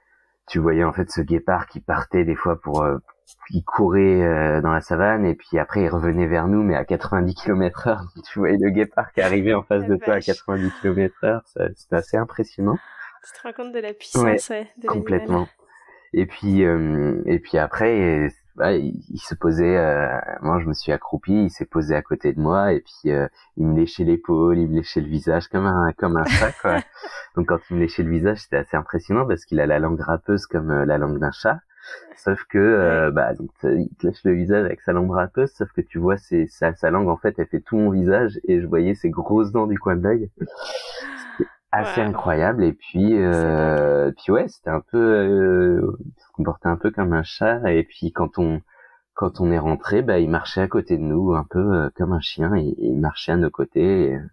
tu voyais en fait ce guépard qui partait des fois pour euh, il courait euh, dans la savane et puis après il revenait vers nous mais à quatre-vingt-dix kilomètres heure. Tu voyais le guépard qui arrivait en face La de toi à vache. quatre-vingt-dix kilomètres heure, ça, c'était assez impressionnant. Tu te rends compte de la Ouais, puissance, ouais, de l'animal. complètement. Et puis euh, et puis après bah, il, il se posait euh, moi je me suis accroupi, il s'est posé à côté de moi et puis euh, il me léchait l'épaule, il me léchait le visage comme un comme un chat quoi. Donc quand il me léchait le visage, c'était assez impressionnant parce qu'il a la langue râpeuse comme euh, la langue d'un chat. Sauf que euh, Ouais. bah donc il te lèche le visage avec sa langue râpeuse, sauf que tu vois c'est sa sa langue en fait, elle fait tout mon visage et je voyais ses grosses dents du coin de l'œil. C'était assez Waouh, incroyable et puis c'est dingue. euh, puis ouais, c'était un peu euh, il se comportait un peu comme un chat et puis quand on quand on est rentré, bah il marchait à côté de nous un peu euh, comme un chien, et, et il marchait à nos côtés et,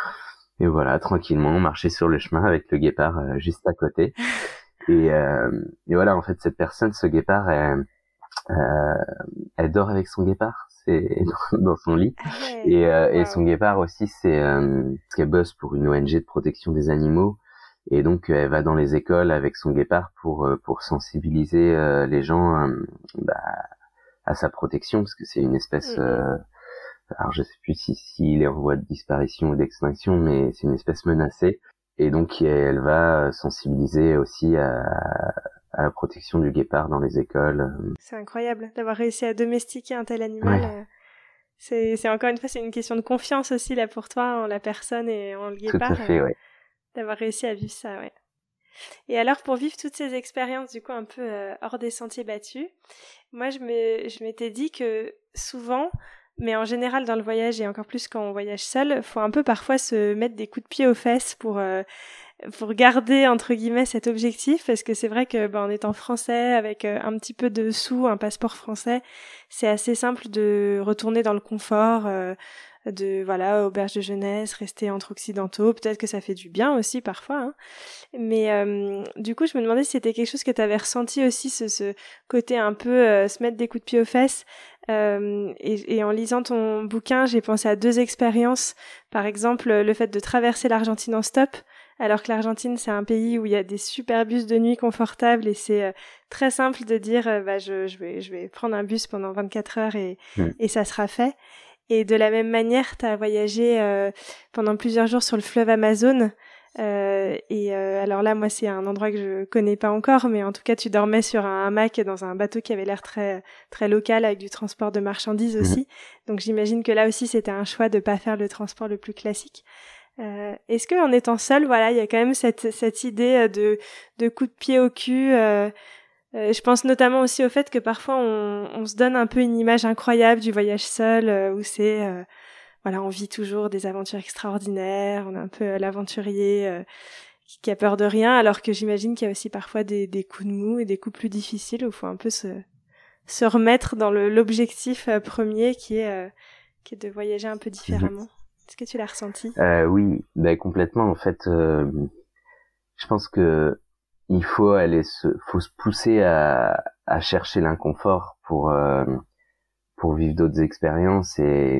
et voilà, tranquillement, on marchait sur le chemin avec le guépard euh, juste à côté. Et, euh, et voilà, en fait, cette personne, ce guépard, elle, euh, elle dort avec son guépard, c'est dans son lit. Ah ouais, Et, euh, et son waouh. guépard aussi, c'est euh, parce qu'elle bosse pour une O N G de protection des animaux. Et donc, elle va dans les écoles avec son guépard pour euh, pour sensibiliser euh, les gens euh, bah, à sa protection, parce que c'est une espèce. Mm, mm. Euh, alors, je sais plus si s'il est en voie de disparition ou d'extinction, mais c'est une espèce menacée. Et donc, elle va sensibiliser aussi à, à la protection du guépard dans les écoles. C'est incroyable d'avoir réussi à domestiquer un tel animal. Ouais, euh, C'est, c'est encore une fois, c'est une question de confiance aussi là pour toi en la personne et en le tout à guépard, euh, fait, ouais. d'avoir réussi à vivre ça, ouais. Et alors pour vivre toutes ces expériences du coup un peu euh, hors des sentiers battus, moi je me, je m'étais dit que souvent, mais en général dans le voyage et encore plus quand on voyage seul, faut un peu parfois se mettre des coups de pied aux fesses pour euh, pour garder entre guillemets cet objectif, parce que c'est vrai que ben, en étant français avec euh, un petit peu de sous, un passeport français, c'est assez simple de retourner dans le confort, euh, de voilà auberge de jeunesse, rester entre occidentaux. Peut-être que ça fait du bien aussi parfois, hein. Mais euh, du coup je me demandais si c'était quelque chose que tu avais ressenti aussi, ce, ce côté un peu euh, se mettre des coups de pied aux fesses. Euh, et, et en lisant ton bouquin, j'ai pensé à deux expériences. Par exemple, le fait de traverser l'Argentine en stop, alors que l'Argentine, c'est un pays où il y a des super bus de nuit confortables et c'est euh, très simple de dire euh, bah, je, je, vais, je vais prendre un bus pendant vingt-quatre heures et, Mm. et ça sera fait. Et de la même manière, tu as voyagé euh, pendant plusieurs jours sur le fleuve Amazone. Euh, et euh, alors là, moi, c'est un endroit que je connais pas encore, mais en tout cas, tu dormais sur un hamac dans un bateau qui avait l'air très très local avec du transport de marchandises Mm. aussi. Donc j'imagine que là aussi, c'était un choix de pas faire le transport le plus classique. Euh, est-ce que en étant seul, voilà, il y a quand même cette cette idée de de coup de pied au cul. Euh, euh, je pense notamment aussi au fait que parfois on, on se donne un peu une image incroyable du voyage seul, euh, où c'est euh, voilà, on vit toujours des aventures extraordinaires, on est un peu euh, l'aventurier euh, qui, qui a peur de rien, alors que j'imagine qu'il y a aussi parfois des, des coups de mou et des coups plus difficiles où il faut un peu se se remettre dans le l'objectif euh, premier qui est euh, qui est de voyager un peu Mhm. différemment. Est-ce que tu l'as ressenti? Euh, oui, ben complètement. En fait, euh, je pense que il faut aller se, faut se pousser à, à chercher l'inconfort pour euh, pour vivre d'autres expériences et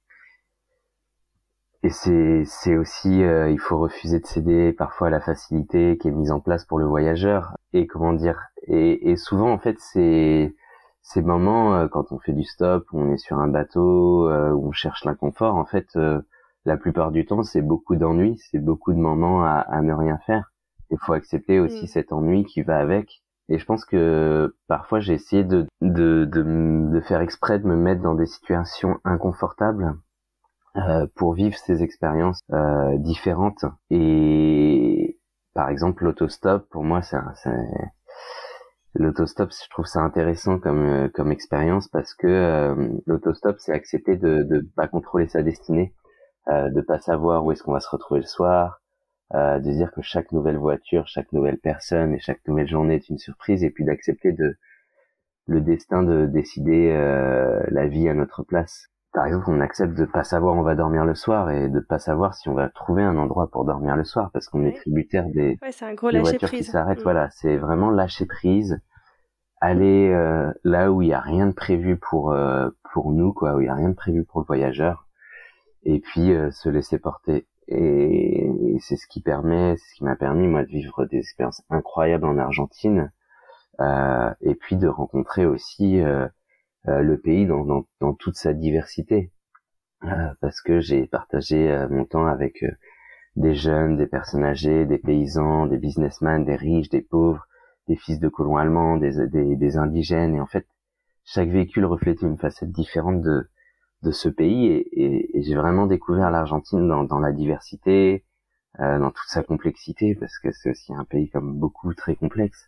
et c'est c'est aussi euh, il faut refuser de céder parfois à la facilité qui est mise en place pour le voyageur et comment dire et et souvent en fait c'est ces moments euh, quand on fait du stop, où on est sur un bateau, euh, où on cherche l'inconfort, en fait euh, la plupart du temps c'est beaucoup d'ennui, c'est beaucoup de moments à, à ne rien faire. Il faut accepter aussi Mm. cet ennui qui va avec. Et je pense que parfois j'ai essayé de de de, de faire exprès de me mettre dans des situations inconfortables euh, pour vivre ces expériences euh, différentes. Et par exemple, l'autostop, pour moi, c'est, un- c'est l'autostop, je trouve ça intéressant comme euh, comme expérience parce que euh, l'autostop, c'est accepter de de pas contrôler sa destinée, euh, de pas savoir où est-ce qu'on va se retrouver le soir, euh, de dire que chaque nouvelle voiture, chaque nouvelle personne et chaque nouvelle journée est une surprise, et puis d'accepter de le destin de décider euh, la vie à notre place. Par exemple, on accepte de pas savoir où on va dormir le soir et de pas savoir si on va trouver un endroit pour dormir le soir parce qu'on est Ouais. tributaire des, Ouais, c'est un gros des lâcher voitures qui prise. s'arrêtent. Mm. Voilà, c'est vraiment lâcher prise, aller euh, là où il y a rien de prévu pour euh, pour nous, quoi, où il y a rien de prévu pour le voyageur, et puis euh, se laisser porter. Et, et c'est ce qui permet, c'est ce qui m'a permis moi de vivre des expériences incroyables en Argentine. euh, et puis de rencontrer aussi euh, euh, le pays dans, dans, dans toute sa diversité, euh, parce que j'ai partagé euh, mon temps avec euh, des jeunes, des personnes âgées, des paysans, des businessmen, des riches, des pauvres, des fils de colons allemands, des, des, des indigènes, et en fait chaque véhicule reflétait une facette différente de de ce pays, et, et, et j'ai vraiment découvert l'Argentine dans, dans la diversité, euh, dans toute sa complexité, parce que c'est aussi un pays comme beaucoup très complexe.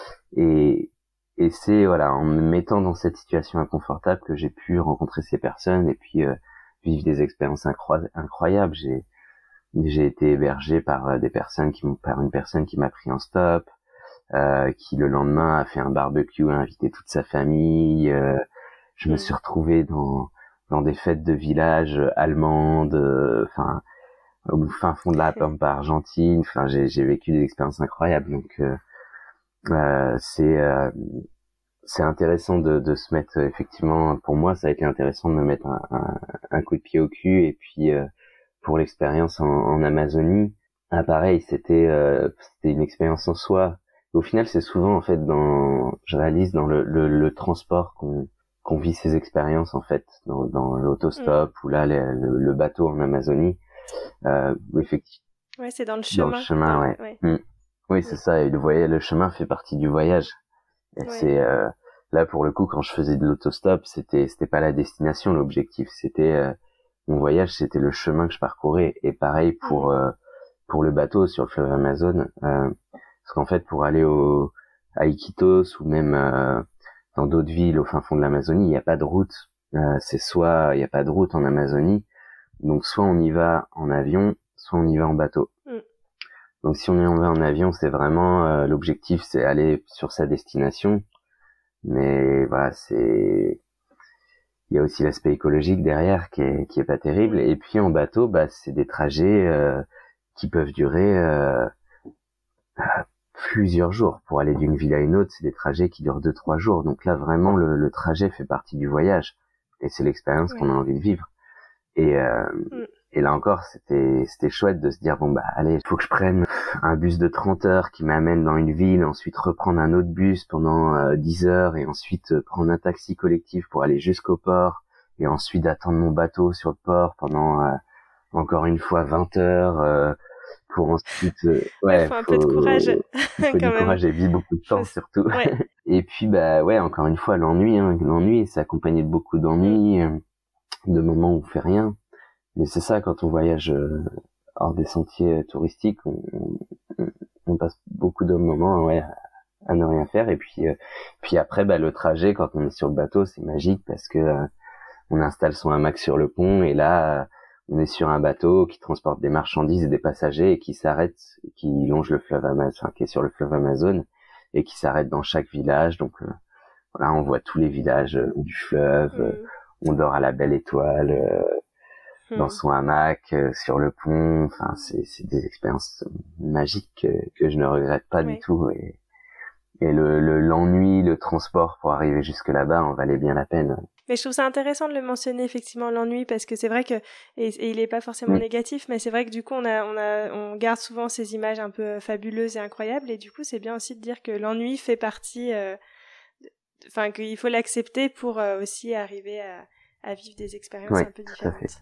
Et, et c'est voilà, en me mettant dans cette situation inconfortable que j'ai pu rencontrer ces personnes et puis euh, vivre des expériences incro- incroyables. J'ai j'ai été hébergé par euh, des personnes qui m'ont par une personne qui m'a pris en stop, euh, qui le lendemain a fait un barbecue, a invité toute sa famille. Euh, je me suis retrouvé dans dans des fêtes de village allemandes, enfin euh, au fin fond de la pampa argentine. Enfin, j'ai j'ai vécu des expériences incroyables. Donc euh, euh, c'est euh, c'est intéressant de de se mettre, effectivement, pour moi ça a été intéressant de me mettre un un, un coup de pied au cul. Et puis euh, pour l'expérience en, en Amazonie, ah pareil, c'était euh, c'était une expérience en soi. Au final, c'est souvent en fait dans je réalise dans le le, le transport qu'on qu'on vit ces expériences, en fait, dans, dans l'autostop mmh. ou là le, le, le bateau en Amazonie. Euh, effectivement. Ouais, c'est dans le chemin. Dans le chemin, dans, ouais. ouais. Mmh. Oui, mmh. c'est ça. Et le voyage, le chemin fait partie du voyage. Et ouais. c'est euh, là pour le coup, quand je faisais de l'autostop, c'était c'était pas la destination, l'objectif. C'était euh, mon voyage, c'était le chemin que je parcourais. Et pareil pour mmh. euh, pour le bateau sur le fleuve Amazon, euh, parce qu'en fait, pour aller au à Iquitos ou même euh, dans d'autres villes au fin fond de l'Amazonie, il n'y a pas de route. Euh, c'est soit il n'y a pas de route en Amazonie, donc soit on y va en avion, soit on y va en bateau. Mm. Donc si on y va en avion, c'est vraiment euh, l'objectif, c'est aller sur sa destination. Mais voilà, c'est il y a aussi l'aspect écologique derrière qui est qui est pas terrible. Et puis en bateau, bah c'est des trajets euh, qui peuvent durer euh, plusieurs jours. Pour aller d'une ville à une autre, c'est des trajets qui durent deux trois jours. Donc là, vraiment, le, le trajet fait partie du voyage. Et c'est l'expérience ouais. qu'on a envie de vivre. Et, euh, mm. et là encore, c'était c'était chouette de se dire, bon, bah allez, il faut que je prenne un bus de trente heures qui m'amène dans une ville, ensuite reprendre un autre bus pendant euh, dix heures, et ensuite euh, prendre un taxi collectif pour aller jusqu'au port, et ensuite attendre mon bateau sur le port pendant, euh, encore une fois, vingt heures, euh, pour ensuite euh, ouais, faut un faut, peu de courage il faut du même. courage et vite beaucoup de temps faut... surtout ouais. Et puis bah ouais, encore une fois, l'ennui hein, l'ennui c'est accompagné de beaucoup d'ennuis, mm. de moments où on fait rien, mais c'est ça, quand on voyage euh, hors des sentiers touristiques, on, on, on passe beaucoup de moments ouais à, à ne rien faire. Et puis euh, puis après bah le trajet, quand on est sur le bateau, c'est magique parce que euh, on installe son hamac sur le pont, et là euh, on est sur un bateau qui transporte des marchandises et des passagers et qui s'arrête, qui longe le fleuve Amazon, enfin, qui est sur le fleuve Amazon et qui s'arrête dans chaque village. Donc euh, voilà, on voit tous les villages euh, du fleuve, euh, mmh. on dort à la belle étoile euh, mmh. dans son hamac euh, sur le pont. Enfin, c'est c'est des expériences magiques que, que je ne regrette pas oui. du tout. Et, et le le l'ennui, le transport pour arriver jusque là-bas en valait bien la peine. Mais je trouve ça intéressant de le mentionner, effectivement, l'ennui, parce que c'est vrai que, et, et il est pas forcément mmh. négatif, mais c'est vrai que du coup on a, on a, on garde souvent ces images un peu fabuleuses et incroyables, et du coup c'est bien aussi de dire que l'ennui fait partie, enfin euh, qu'il faut l'accepter pour euh, aussi arriver à, à vivre des expériences oui, un peu différentes.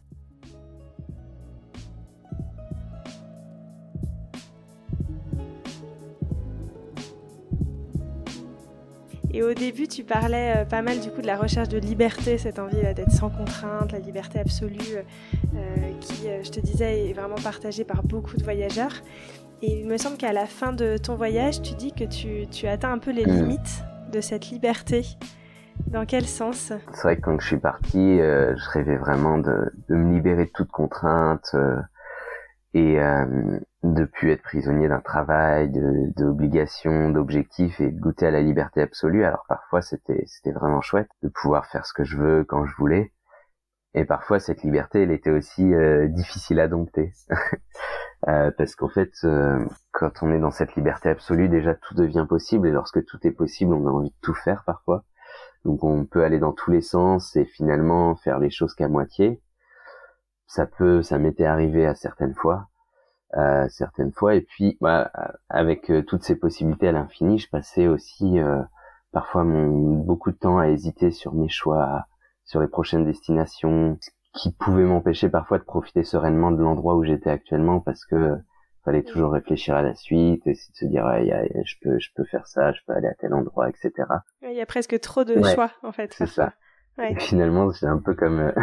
Et au début, tu parlais euh, pas mal du coup de la recherche de liberté, cette envie là, d'être sans contrainte, la liberté absolue, euh, qui, euh, je te disais, est vraiment partagée par beaucoup de voyageurs. Et il me semble qu'à la fin de ton voyage, tu dis que tu, tu atteins un peu les limites de cette liberté. Dans quel sens ? C'est vrai que quand je suis parti, euh, je rêvais vraiment de, de me libérer de toute contrainte euh, et euh, de plus être prisonnier d'un travail, de d'obligations, d'objectifs, et de goûter à la liberté absolue. Alors parfois c'était c'était vraiment chouette de pouvoir faire ce que je veux quand je voulais, et parfois cette liberté elle était aussi euh, difficile à dompter euh, parce qu'en fait euh, quand on est dans cette liberté absolue, déjà tout devient possible, et lorsque tout est possible, on a envie de tout faire parfois. Donc on peut aller dans tous les sens et finalement faire les choses qu'à moitié. Ça peut, ça m'était arrivé à certaines fois, euh, certaines fois. Et puis, voilà, avec euh, toutes ces possibilités à l'infini, je passais aussi euh, parfois mon beaucoup de temps à hésiter sur mes choix, sur les prochaines destinations, qui pouvait m'empêcher parfois de profiter sereinement de l'endroit où j'étais actuellement parce que fallait toujours réfléchir à la suite, et de se dire ouais, y a, je peux je peux faire ça, je peux aller à tel endroit, et cetera. Il y a presque trop de ouais, choix en fait. C'est parfois. ça. Ouais. Et finalement, c'est un peu comme euh,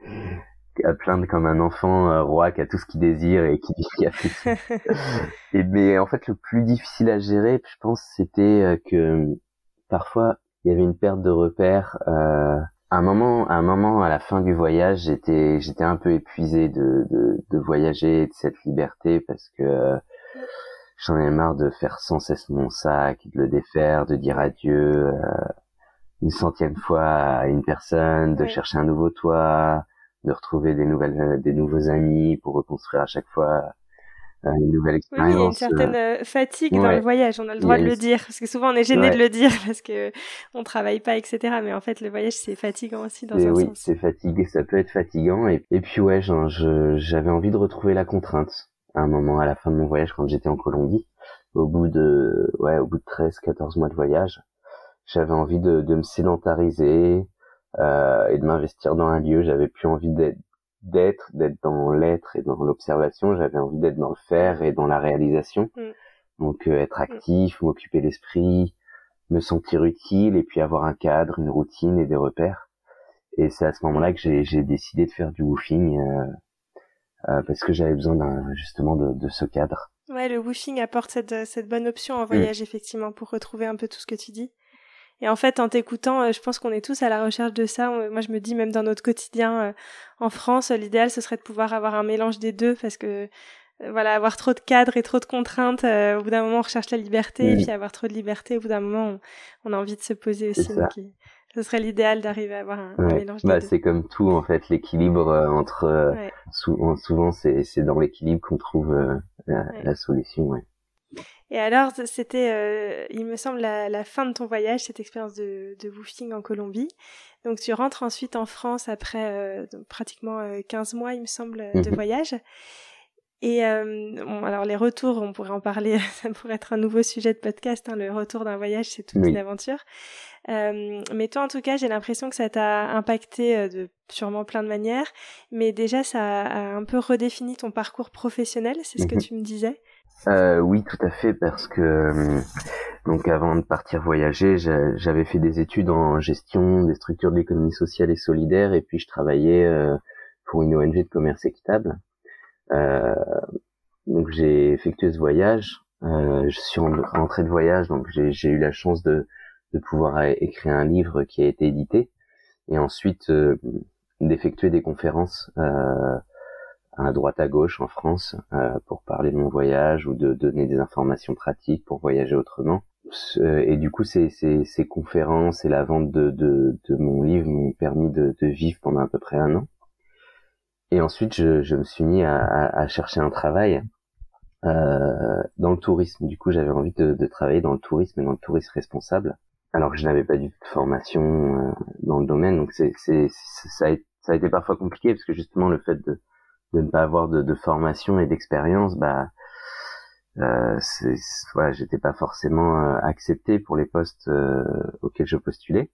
à plaindre comme un enfant euh, roi qui a tout ce qu'il désire et qui dit qu'il y a tout. Et mais en fait, le plus difficile à gérer, je pense, c'était euh, que parfois il y avait une perte de repères. Euh, à un moment, à un moment, à la fin du voyage, j'étais, j'étais un peu épuisé de, de, de voyager, de cette liberté, parce que euh, j'en avais marre de faire sans cesse mon sac, de le défaire, de dire adieu euh, une centième fois à une personne, de ouais. chercher un nouveau toit, de retrouver des nouvelles, des nouveaux amis pour reconstruire à chaque fois euh, une nouvelle expérience. Oui, il y a une certaine euh, fatigue ouais. dans le voyage. On a le droit de le dire, parce que souvent on est gêné ouais. de le dire parce que on travaille pas, et cetera. Mais en fait, le voyage c'est fatigant aussi dans et un oui, sens. Oui, c'est fatigué, ça peut être fatigant. Et, et puis ouais, genre, je, j'avais envie de retrouver la contrainte à un moment, à la fin de mon voyage, quand j'étais en Colombie, au bout de, ouais, au bout de treize, quatorze mois de voyage, j'avais envie de, de me sédentariser euh, et de m'investir dans un lieu. J'avais plus envie d'être, d'être, d'être dans l'être et dans l'observation. J'avais envie d'être dans le faire et dans la réalisation. Mm. Donc euh, être actif, mm. m'occuper l'esprit, me sentir utile et puis avoir un cadre, une routine et des repères. Et c'est à ce moment-là que j'ai, j'ai décidé de faire du woofing euh, euh, parce que j'avais besoin d'un, justement de, de ce cadre. Ouais, le woofing apporte cette, cette bonne option en voyage, mm. effectivement, pour retrouver un peu tout ce que tu dis. Et en fait, en t'écoutant, je pense qu'on est tous à la recherche de ça. Moi, je me dis, même dans notre quotidien en France, l'idéal, ce serait de pouvoir avoir un mélange des deux, parce que, voilà, avoir trop de cadres et trop de contraintes, euh, au bout d'un moment, on recherche la liberté, mmh. et puis avoir trop de liberté, au bout d'un moment, on, on a envie de se poser aussi. Donc, ce serait l'idéal d'arriver à avoir un, ouais. un mélange bah, des deux. C'est comme tout, en fait, l'équilibre euh, entre... Euh, ouais. sou- souvent, c'est, c'est dans l'équilibre qu'on trouve euh, la, ouais. la solution, ouais. Et alors, c'était, euh, il me semble, la, la fin de ton voyage, cette expérience de, de woofing en Colombie. Donc, tu rentres ensuite en France après euh, donc, pratiquement euh, quinze mois, il me semble, mm-hmm. de voyage. Et euh, bon, alors, les retours, on pourrait en parler, ça pourrait être un nouveau sujet de podcast. Hein, le retour d'un voyage, c'est toute oui. une aventure. Euh, mais toi, en tout cas, j'ai l'impression que ça t'a impacté euh, de sûrement plein de manières. Mais déjà, ça a un peu redéfini ton parcours professionnel, c'est ce mm-hmm. que tu me disais. Euh, oui, tout à fait, parce que donc avant de partir voyager, j'avais fait des études en gestion des structures de l'économie sociale et solidaire, et puis je travaillais euh, pour une O N G de commerce équitable. Euh, donc j'ai effectué ce voyage. Euh, je suis rentré de voyage, donc j'ai, j'ai eu la chance de, de pouvoir écrire un livre qui a été édité, et ensuite euh, d'effectuer des conférences. Euh, à droite à gauche en France euh, pour parler de mon voyage ou de donner des informations pratiques pour voyager autrement. Et du coup, ces, ces, ces conférences et la vente de, de, de mon livre m'ont permis de, de vivre pendant à peu près un an. Et ensuite, je, je me suis mis à, à, à chercher un travail euh, dans le tourisme. Du coup, j'avais envie de, de travailler dans le tourisme et dans le tourisme responsable, alors que je n'avais pas du tout de formation euh, dans le domaine. Donc, c'est, c'est, c'est, ça, a été, ça a été parfois compliqué parce que justement, le fait de de ne pas avoir de, de formation et d'expérience, bah, euh, c'est, c'est, voilà, j'étais pas forcément euh, accepté pour les postes euh, auxquels je postulais.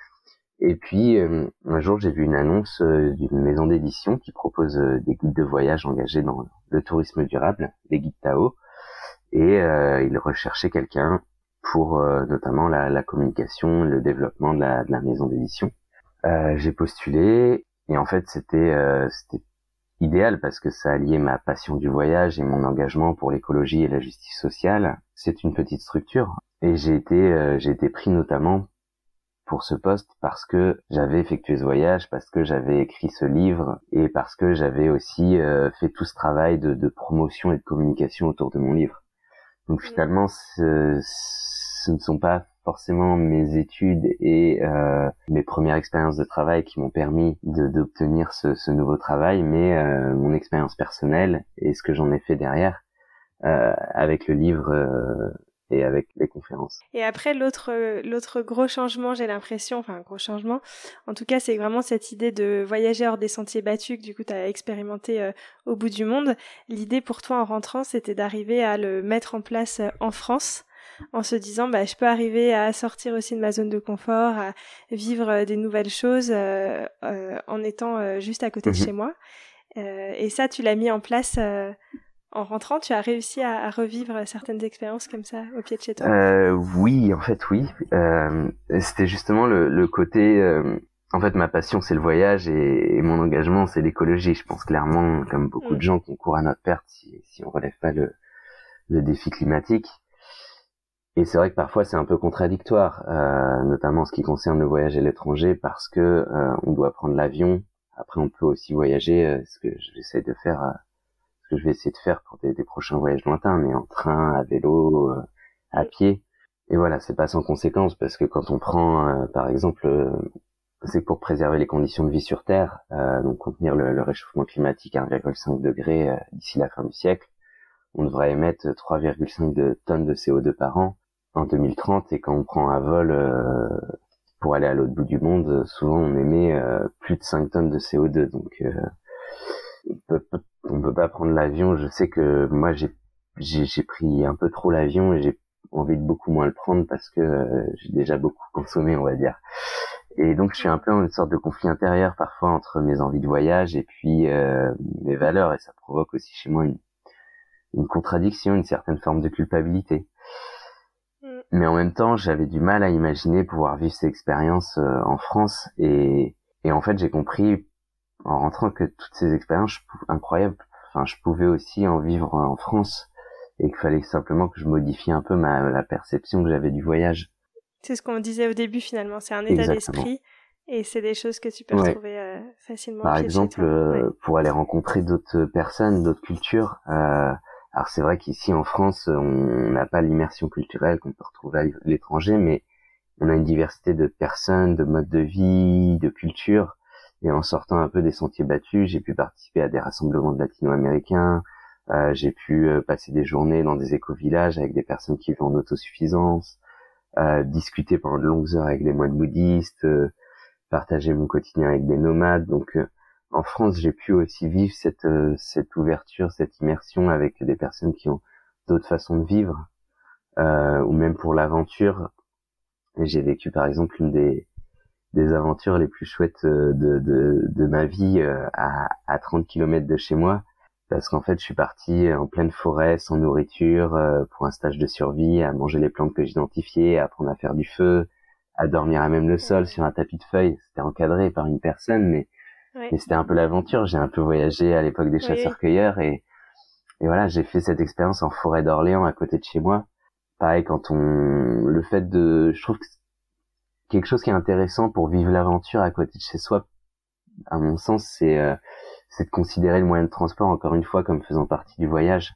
Et puis euh, un jour, j'ai vu une annonce euh, d'une maison d'édition qui propose euh, des guides de voyage engagés dans le tourisme durable, les guides Tao, et euh, ils recherchaient quelqu'un pour euh, notamment la, la communication, le développement de la, de la maison d'édition. Euh, j'ai postulé et en fait, c'était euh, c'était idéal parce que ça alliait ma passion du voyage et mon engagement pour l'écologie et la justice sociale. C'est une petite structure et j'ai été euh, j'ai été pris notamment pour ce poste parce que j'avais effectué ce voyage, parce que j'avais écrit ce livre et parce que j'avais aussi euh, fait tout ce travail de, de promotion et de communication autour de mon livre. Donc finalement, ce, ce ne sont pas forcément mes études et euh, mes premières expériences de travail qui m'ont permis de, d'obtenir ce, ce nouveau travail, mais euh, mon expérience personnelle et ce que j'en ai fait derrière euh, avec le livre euh, et avec les conférences. Et après, l'autre l'autre gros changement, j'ai l'impression, enfin gros changement, en tout cas, c'est vraiment cette idée de voyager hors des sentiers battus que du coup tu as expérimenté euh, au bout du monde. L'idée pour toi en rentrant, c'était d'arriver à le mettre en place euh, en France. en se disant bah, je peux arriver à sortir aussi de ma zone de confort, à vivre des nouvelles choses euh, euh, en étant euh, juste à côté Mmh de chez moi. Euh, et ça, tu l'as mis en place euh, en rentrant, tu as réussi à, à revivre certaines expériences comme ça au pied de chez toi? euh, Oui, en fait, oui. Euh, c'était justement le, le côté... Euh, en fait, ma passion, c'est le voyage et, et mon engagement, c'est l'écologie. Je pense clairement, comme beaucoup Mm. de gens, qu'on court à notre perte si, si on relève pas le, le défi climatique. Et c'est vrai que parfois, c'est un peu contradictoire, euh, notamment en ce qui concerne le voyage à l'étranger, parce que euh, on doit prendre l'avion. Après, on peut aussi voyager, euh, ce que j'essaie de faire... Euh, ce que je vais essayer de faire pour des, des prochains voyages lointains, mais en train, à vélo, euh, à pied. Et voilà, c'est pas sans conséquence, parce que quand on prend, euh, par exemple, euh, c'est que pour préserver les conditions de vie sur Terre, euh, donc contenir le, le réchauffement climatique à un virgule cinq degré euh, d'ici la fin du siècle, on devrait émettre trois virgule cinq de, tonnes de C O deux par an en deux mille trente, et quand on prend un vol euh, pour aller à l'autre bout du monde, souvent on émet euh, plus de cinq tonnes de C O deux, donc euh, on peut, on peut pas prendre l'avion. Je sais que moi j'ai j'ai, j'ai pris un peu trop l'avion et j'ai envie de beaucoup moins le prendre parce que euh, j'ai déjà beaucoup consommé, on va dire. Et donc je suis un peu en une sorte de conflit intérieur parfois entre mes envies de voyage et puis euh, mes valeurs, et ça provoque aussi chez moi une, une contradiction, une certaine forme de culpabilité. Mais en même temps, j'avais du mal à imaginer pouvoir vivre ces expériences euh, en France, et, et en fait j'ai compris en rentrant que toutes ces expériences incroyables, enfin, je pouvais aussi en vivre en France, et qu'il fallait simplement que je modifie un peu ma, la perception que j'avais du voyage. C'est ce qu'on disait au début finalement, c'est un état Exactement. d'esprit, et c'est des choses que tu peux Ouais. retrouver euh, facilement Par au pied exemple, de chez toi. euh, Ouais. pour aller rencontrer d'autres personnes, d'autres cultures. Euh, alors c'est vrai qu'ici en France, on n'a pas l'immersion culturelle qu'on peut retrouver à l'étranger, mais on a une diversité de personnes, de modes de vie, de cultures. Et en sortant un peu des sentiers battus, j'ai pu participer à des rassemblements de latino-américains, euh, j'ai pu euh, passer des journées dans des éco-villages avec des personnes qui vivent en autosuffisance, euh, discuter pendant de longues heures avec des moines bouddhistes, euh, partager mon quotidien avec des nomades. Donc euh, en France, j'ai pu aussi vivre cette, euh, cette ouverture, cette immersion avec des personnes qui ont d'autres façons de vivre, euh, ou même pour l'aventure. Et j'ai vécu par exemple une des des aventures les plus chouettes de, de, de ma vie à, à trente kilomètres de chez moi, parce qu'en fait je suis parti en pleine forêt sans nourriture pour un stage de survie, à manger les plantes que j'identifiais, à apprendre à faire du feu, à dormir à même le sol sur un tapis de feuilles. C'était encadré par une personne, mais, ouais. mais c'était un peu l'aventure. J'ai un peu voyagé à l'époque des chasseurs-cueilleurs, et, et voilà, j'ai fait cette expérience en forêt d'Orléans à côté de chez moi. Pareil, quand on, le fait de, je trouve que quelque chose qui est intéressant pour vivre l'aventure à côté de chez soi, à mon sens, c'est euh, c'est de considérer le moyen de transport encore une fois comme faisant partie du voyage.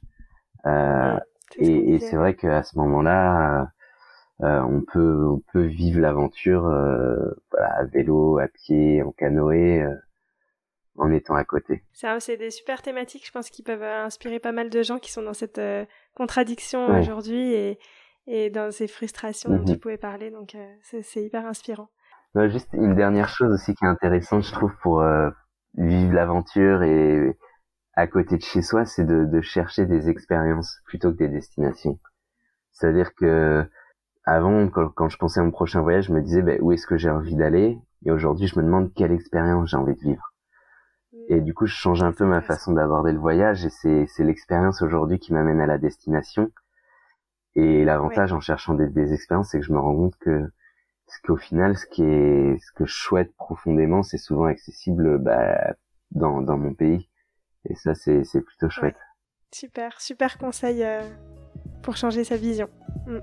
Euh, c'est et, et c'est vrai qu'à ce moment-là, euh, on peut on peut vivre l'aventure euh, voilà, à vélo, à pied, en canoë, euh, en étant à côté. C'est, c'est des super thématiques, je pense, qui peuvent inspirer pas mal de gens qui sont dans cette euh, contradiction ouais. aujourd'hui et et dans ces frustrations mmh. dont tu pouvais parler, donc euh, c'est, c'est hyper inspirant. Ouais, juste une dernière chose aussi qui est intéressante, je trouve, pour euh, vivre l'aventure et à côté de chez soi, c'est de, de chercher des expériences plutôt que des destinations. C'est-à-dire que avant, quand, quand je pensais à mon prochain voyage, je me disais ben, où est-ce que j'ai envie d'aller, et aujourd'hui je me demande quelle expérience j'ai envie de vivre. Et du coup, je change un peu ma façon d'aborder le voyage, et c'est, c'est l'expérience aujourd'hui qui m'amène à la destination. Et l'avantage ouais. en cherchant des, des expériences, c'est que je me rends compte que ce qu'au final, ce qui est, ce que je souhaite profondément, c'est souvent accessible bah, dans dans mon pays. Et ça, c'est c'est plutôt chouette. Ouais. Super, super conseil euh, pour changer sa vision. Mm.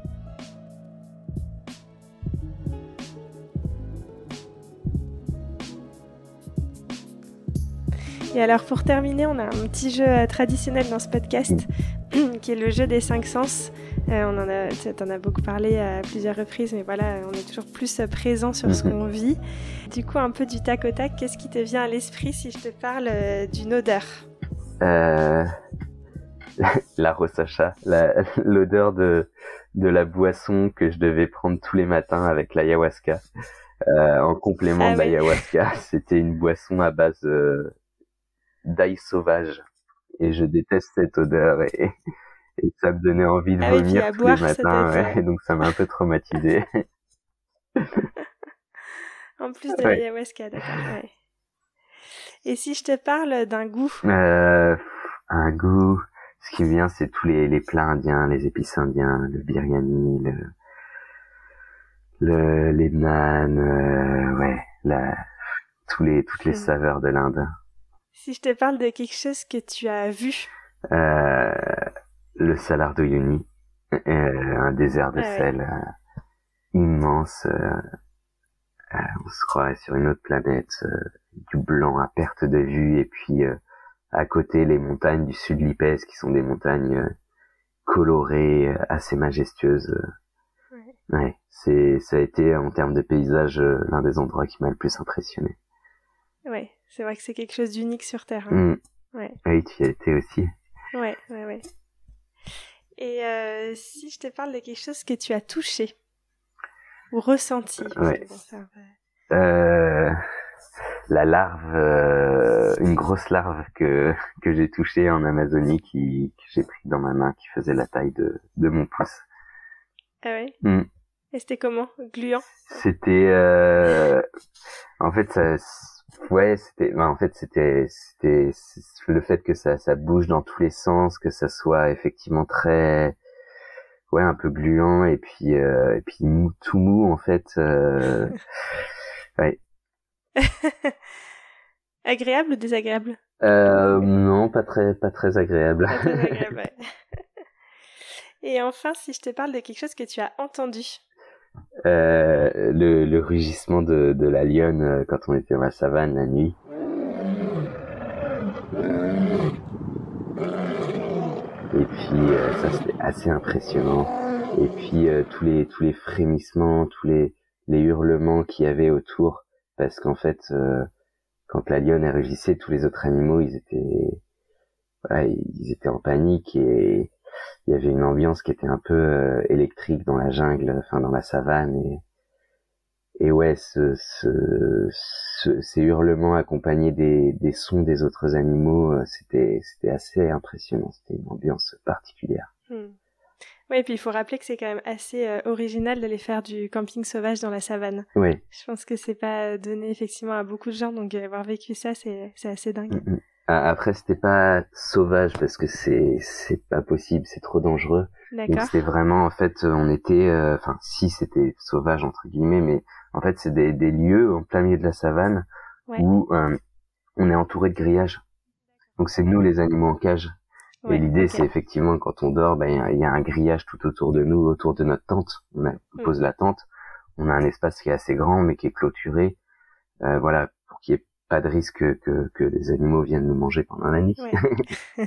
Et alors pour terminer, on a un petit jeu traditionnel dans ce podcast mmh. qui est le jeu des cinq sens. Euh, on en a, tu en as beaucoup parlé à plusieurs reprises, mais voilà, on est toujours plus présent sur mmh. ce qu'on vit. Du coup, un peu du tac au tac, qu'est-ce qui te vient à l'esprit si je te parle euh, d'une odeur ? euh, La rosacea, la, l'odeur de, de la boisson que je devais prendre tous les matins avec l'ayahuasca. Euh, en complément ah, de ouais. l'ayahuasca, c'était une boisson à base... Euh, d'ail sauvage, et je déteste cette odeur, et, Et ça me donnait envie de ah oui, puis vomir à tous boire, les ça doit matins, être, ouais, euh, donc ça m'a un peu traumatisé. en plus de Ouais. l'ayahuasca, d'accord. Ouais. Et si je te parle d'un goût? Euh, un goût, ce qui vient, c'est tous les, les plats indiens, les épices indiens, le biryani, le, le les naan, euh, ouais, la, tous les, toutes les saveurs de l'Inde. Si je te parle de quelque chose que tu as vu? Euh, le salar d'Uyuni, euh, un désert de Ah ouais. sel euh, immense. Euh, euh, on se croirait sur une autre planète, euh, du blanc à perte de vue, et puis euh, à côté les montagnes du sud Lipès, qui sont des montagnes euh, colorées, euh, assez majestueuses. Ouais. Ouais, c'est ça a été en termes de paysage euh, l'un des endroits qui m'a le plus impressionné. Ouais, c'est vrai que c'est quelque chose d'unique sur Terre. Hein. Mmh. Ouais. Oui, tu y as été aussi. Ouais, ouais, ouais. Et euh, si je te parle de quelque chose que tu as touché ou ressenti? Ouais. Bon, ça, ouais. Euh, la larve, euh, une grosse larve que que j'ai touchée en Amazonie, qui que j'ai pris dans ma main, qui faisait la taille de de mon pouce. Ah ouais. Mmh. Et c'était comment? Gluant? C'était, euh, en fait, ça, ouais, c'était, bah, en fait, c'était, c'était le fait que ça, ça bouge dans tous les sens, que ça soit effectivement très, ouais, un peu gluant, et puis, euh, et puis mou, tout mou, en fait, euh, ouais. Agréable ou désagréable? Euh, non, pas très, pas très agréable. Pas très agréable, ouais. Et enfin, si je te parle de quelque chose que tu as entendu? Euh, le, le rugissement de, de la lionne euh, quand on était dans la savane la nuit. Et puis euh, ça c'était assez impressionnant. Et puis euh, tous les tous les frémissements, tous les les hurlements qu'il y avait autour, parce qu'en fait euh, quand la lionne rugissait, tous les autres animaux ils étaient voilà, ils étaient en panique, et il y avait une ambiance qui était un peu euh, électrique dans la jungle, enfin dans la savane, et et ouais, ce, ce, ce ces hurlements accompagnés des des sons des autres animaux, euh, c'était c'était assez impressionnant, c'était une ambiance particulière. Hmm. Oui, et puis il faut rappeler que c'est quand même assez euh, original d'aller faire du camping sauvage dans la savane. Oui. Je pense que c'est pas donné effectivement à beaucoup de gens, donc euh, avoir vécu ça, c'est c'est assez dingue. Mm-hmm. Après, c'était pas sauvage parce que c'est c'est pas possible, c'est trop dangereux. D'accord. Donc c'était vraiment, en fait, on était, enfin euh, si c'était sauvage entre guillemets, mais en fait c'est des des lieux en plein milieu de la savane, ouais, où euh, on est entouré de grillages. Donc c'est nous les animaux en cage. Ouais, et l'idée, okay, c'est effectivement quand on dort, ben il y, y a un grillage tout autour de nous, autour de notre tente. On, a, on pose mmh. la tente. On a un espace qui est assez grand mais qui est clôturé, euh, voilà, pour qu'il y ait pas de risque que, que, que les animaux viennent nous manger pendant la nuit. Ouais.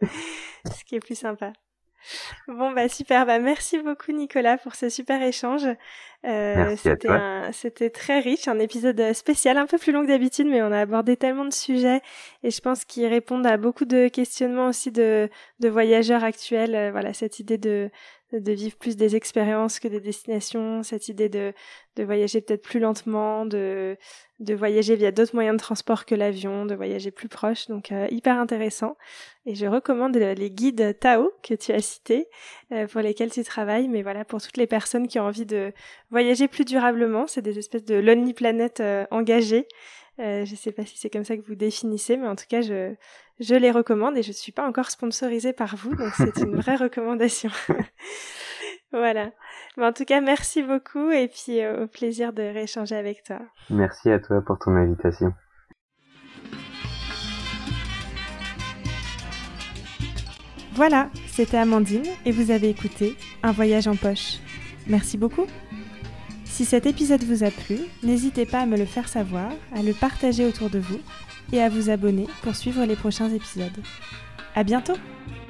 Ce qui est plus sympa. Bon, bah super, bah merci beaucoup Nicolas pour ce super échange. Euh, merci à toi. Un, c'était très riche, un épisode spécial, un peu plus long que d'habitude, mais on a abordé tellement de sujets et je pense qu'ils répondent à beaucoup de questionnements aussi de, de voyageurs actuels. Euh, voilà, cette idée de de vivre plus des expériences que des destinations, cette idée de de voyager peut-être plus lentement, de de voyager via d'autres moyens de transport que l'avion, de voyager plus proche, donc euh, hyper intéressant. Et je recommande les guides Tao que tu as cités, euh, pour lesquels tu travailles, mais voilà, pour toutes les personnes qui ont envie de voyager plus durablement, c'est des espèces de Lonely Planet euh, engagés. Euh, je sais pas si c'est comme ça que vous définissez, mais en tout cas, je, je les recommande et je suis pas encore sponsorisée par vous, donc c'est une vraie recommandation. Voilà. Mais en tout cas, merci beaucoup et puis euh, au plaisir de rééchanger avec toi. Merci à toi pour ton invitation. Voilà, c'était Amandine et vous avez écouté Un voyage en poche. Merci beaucoup. Si cet épisode vous a plu, n'hésitez pas à me le faire savoir, à le partager autour de vous et à vous abonner pour suivre les prochains épisodes. À bientôt!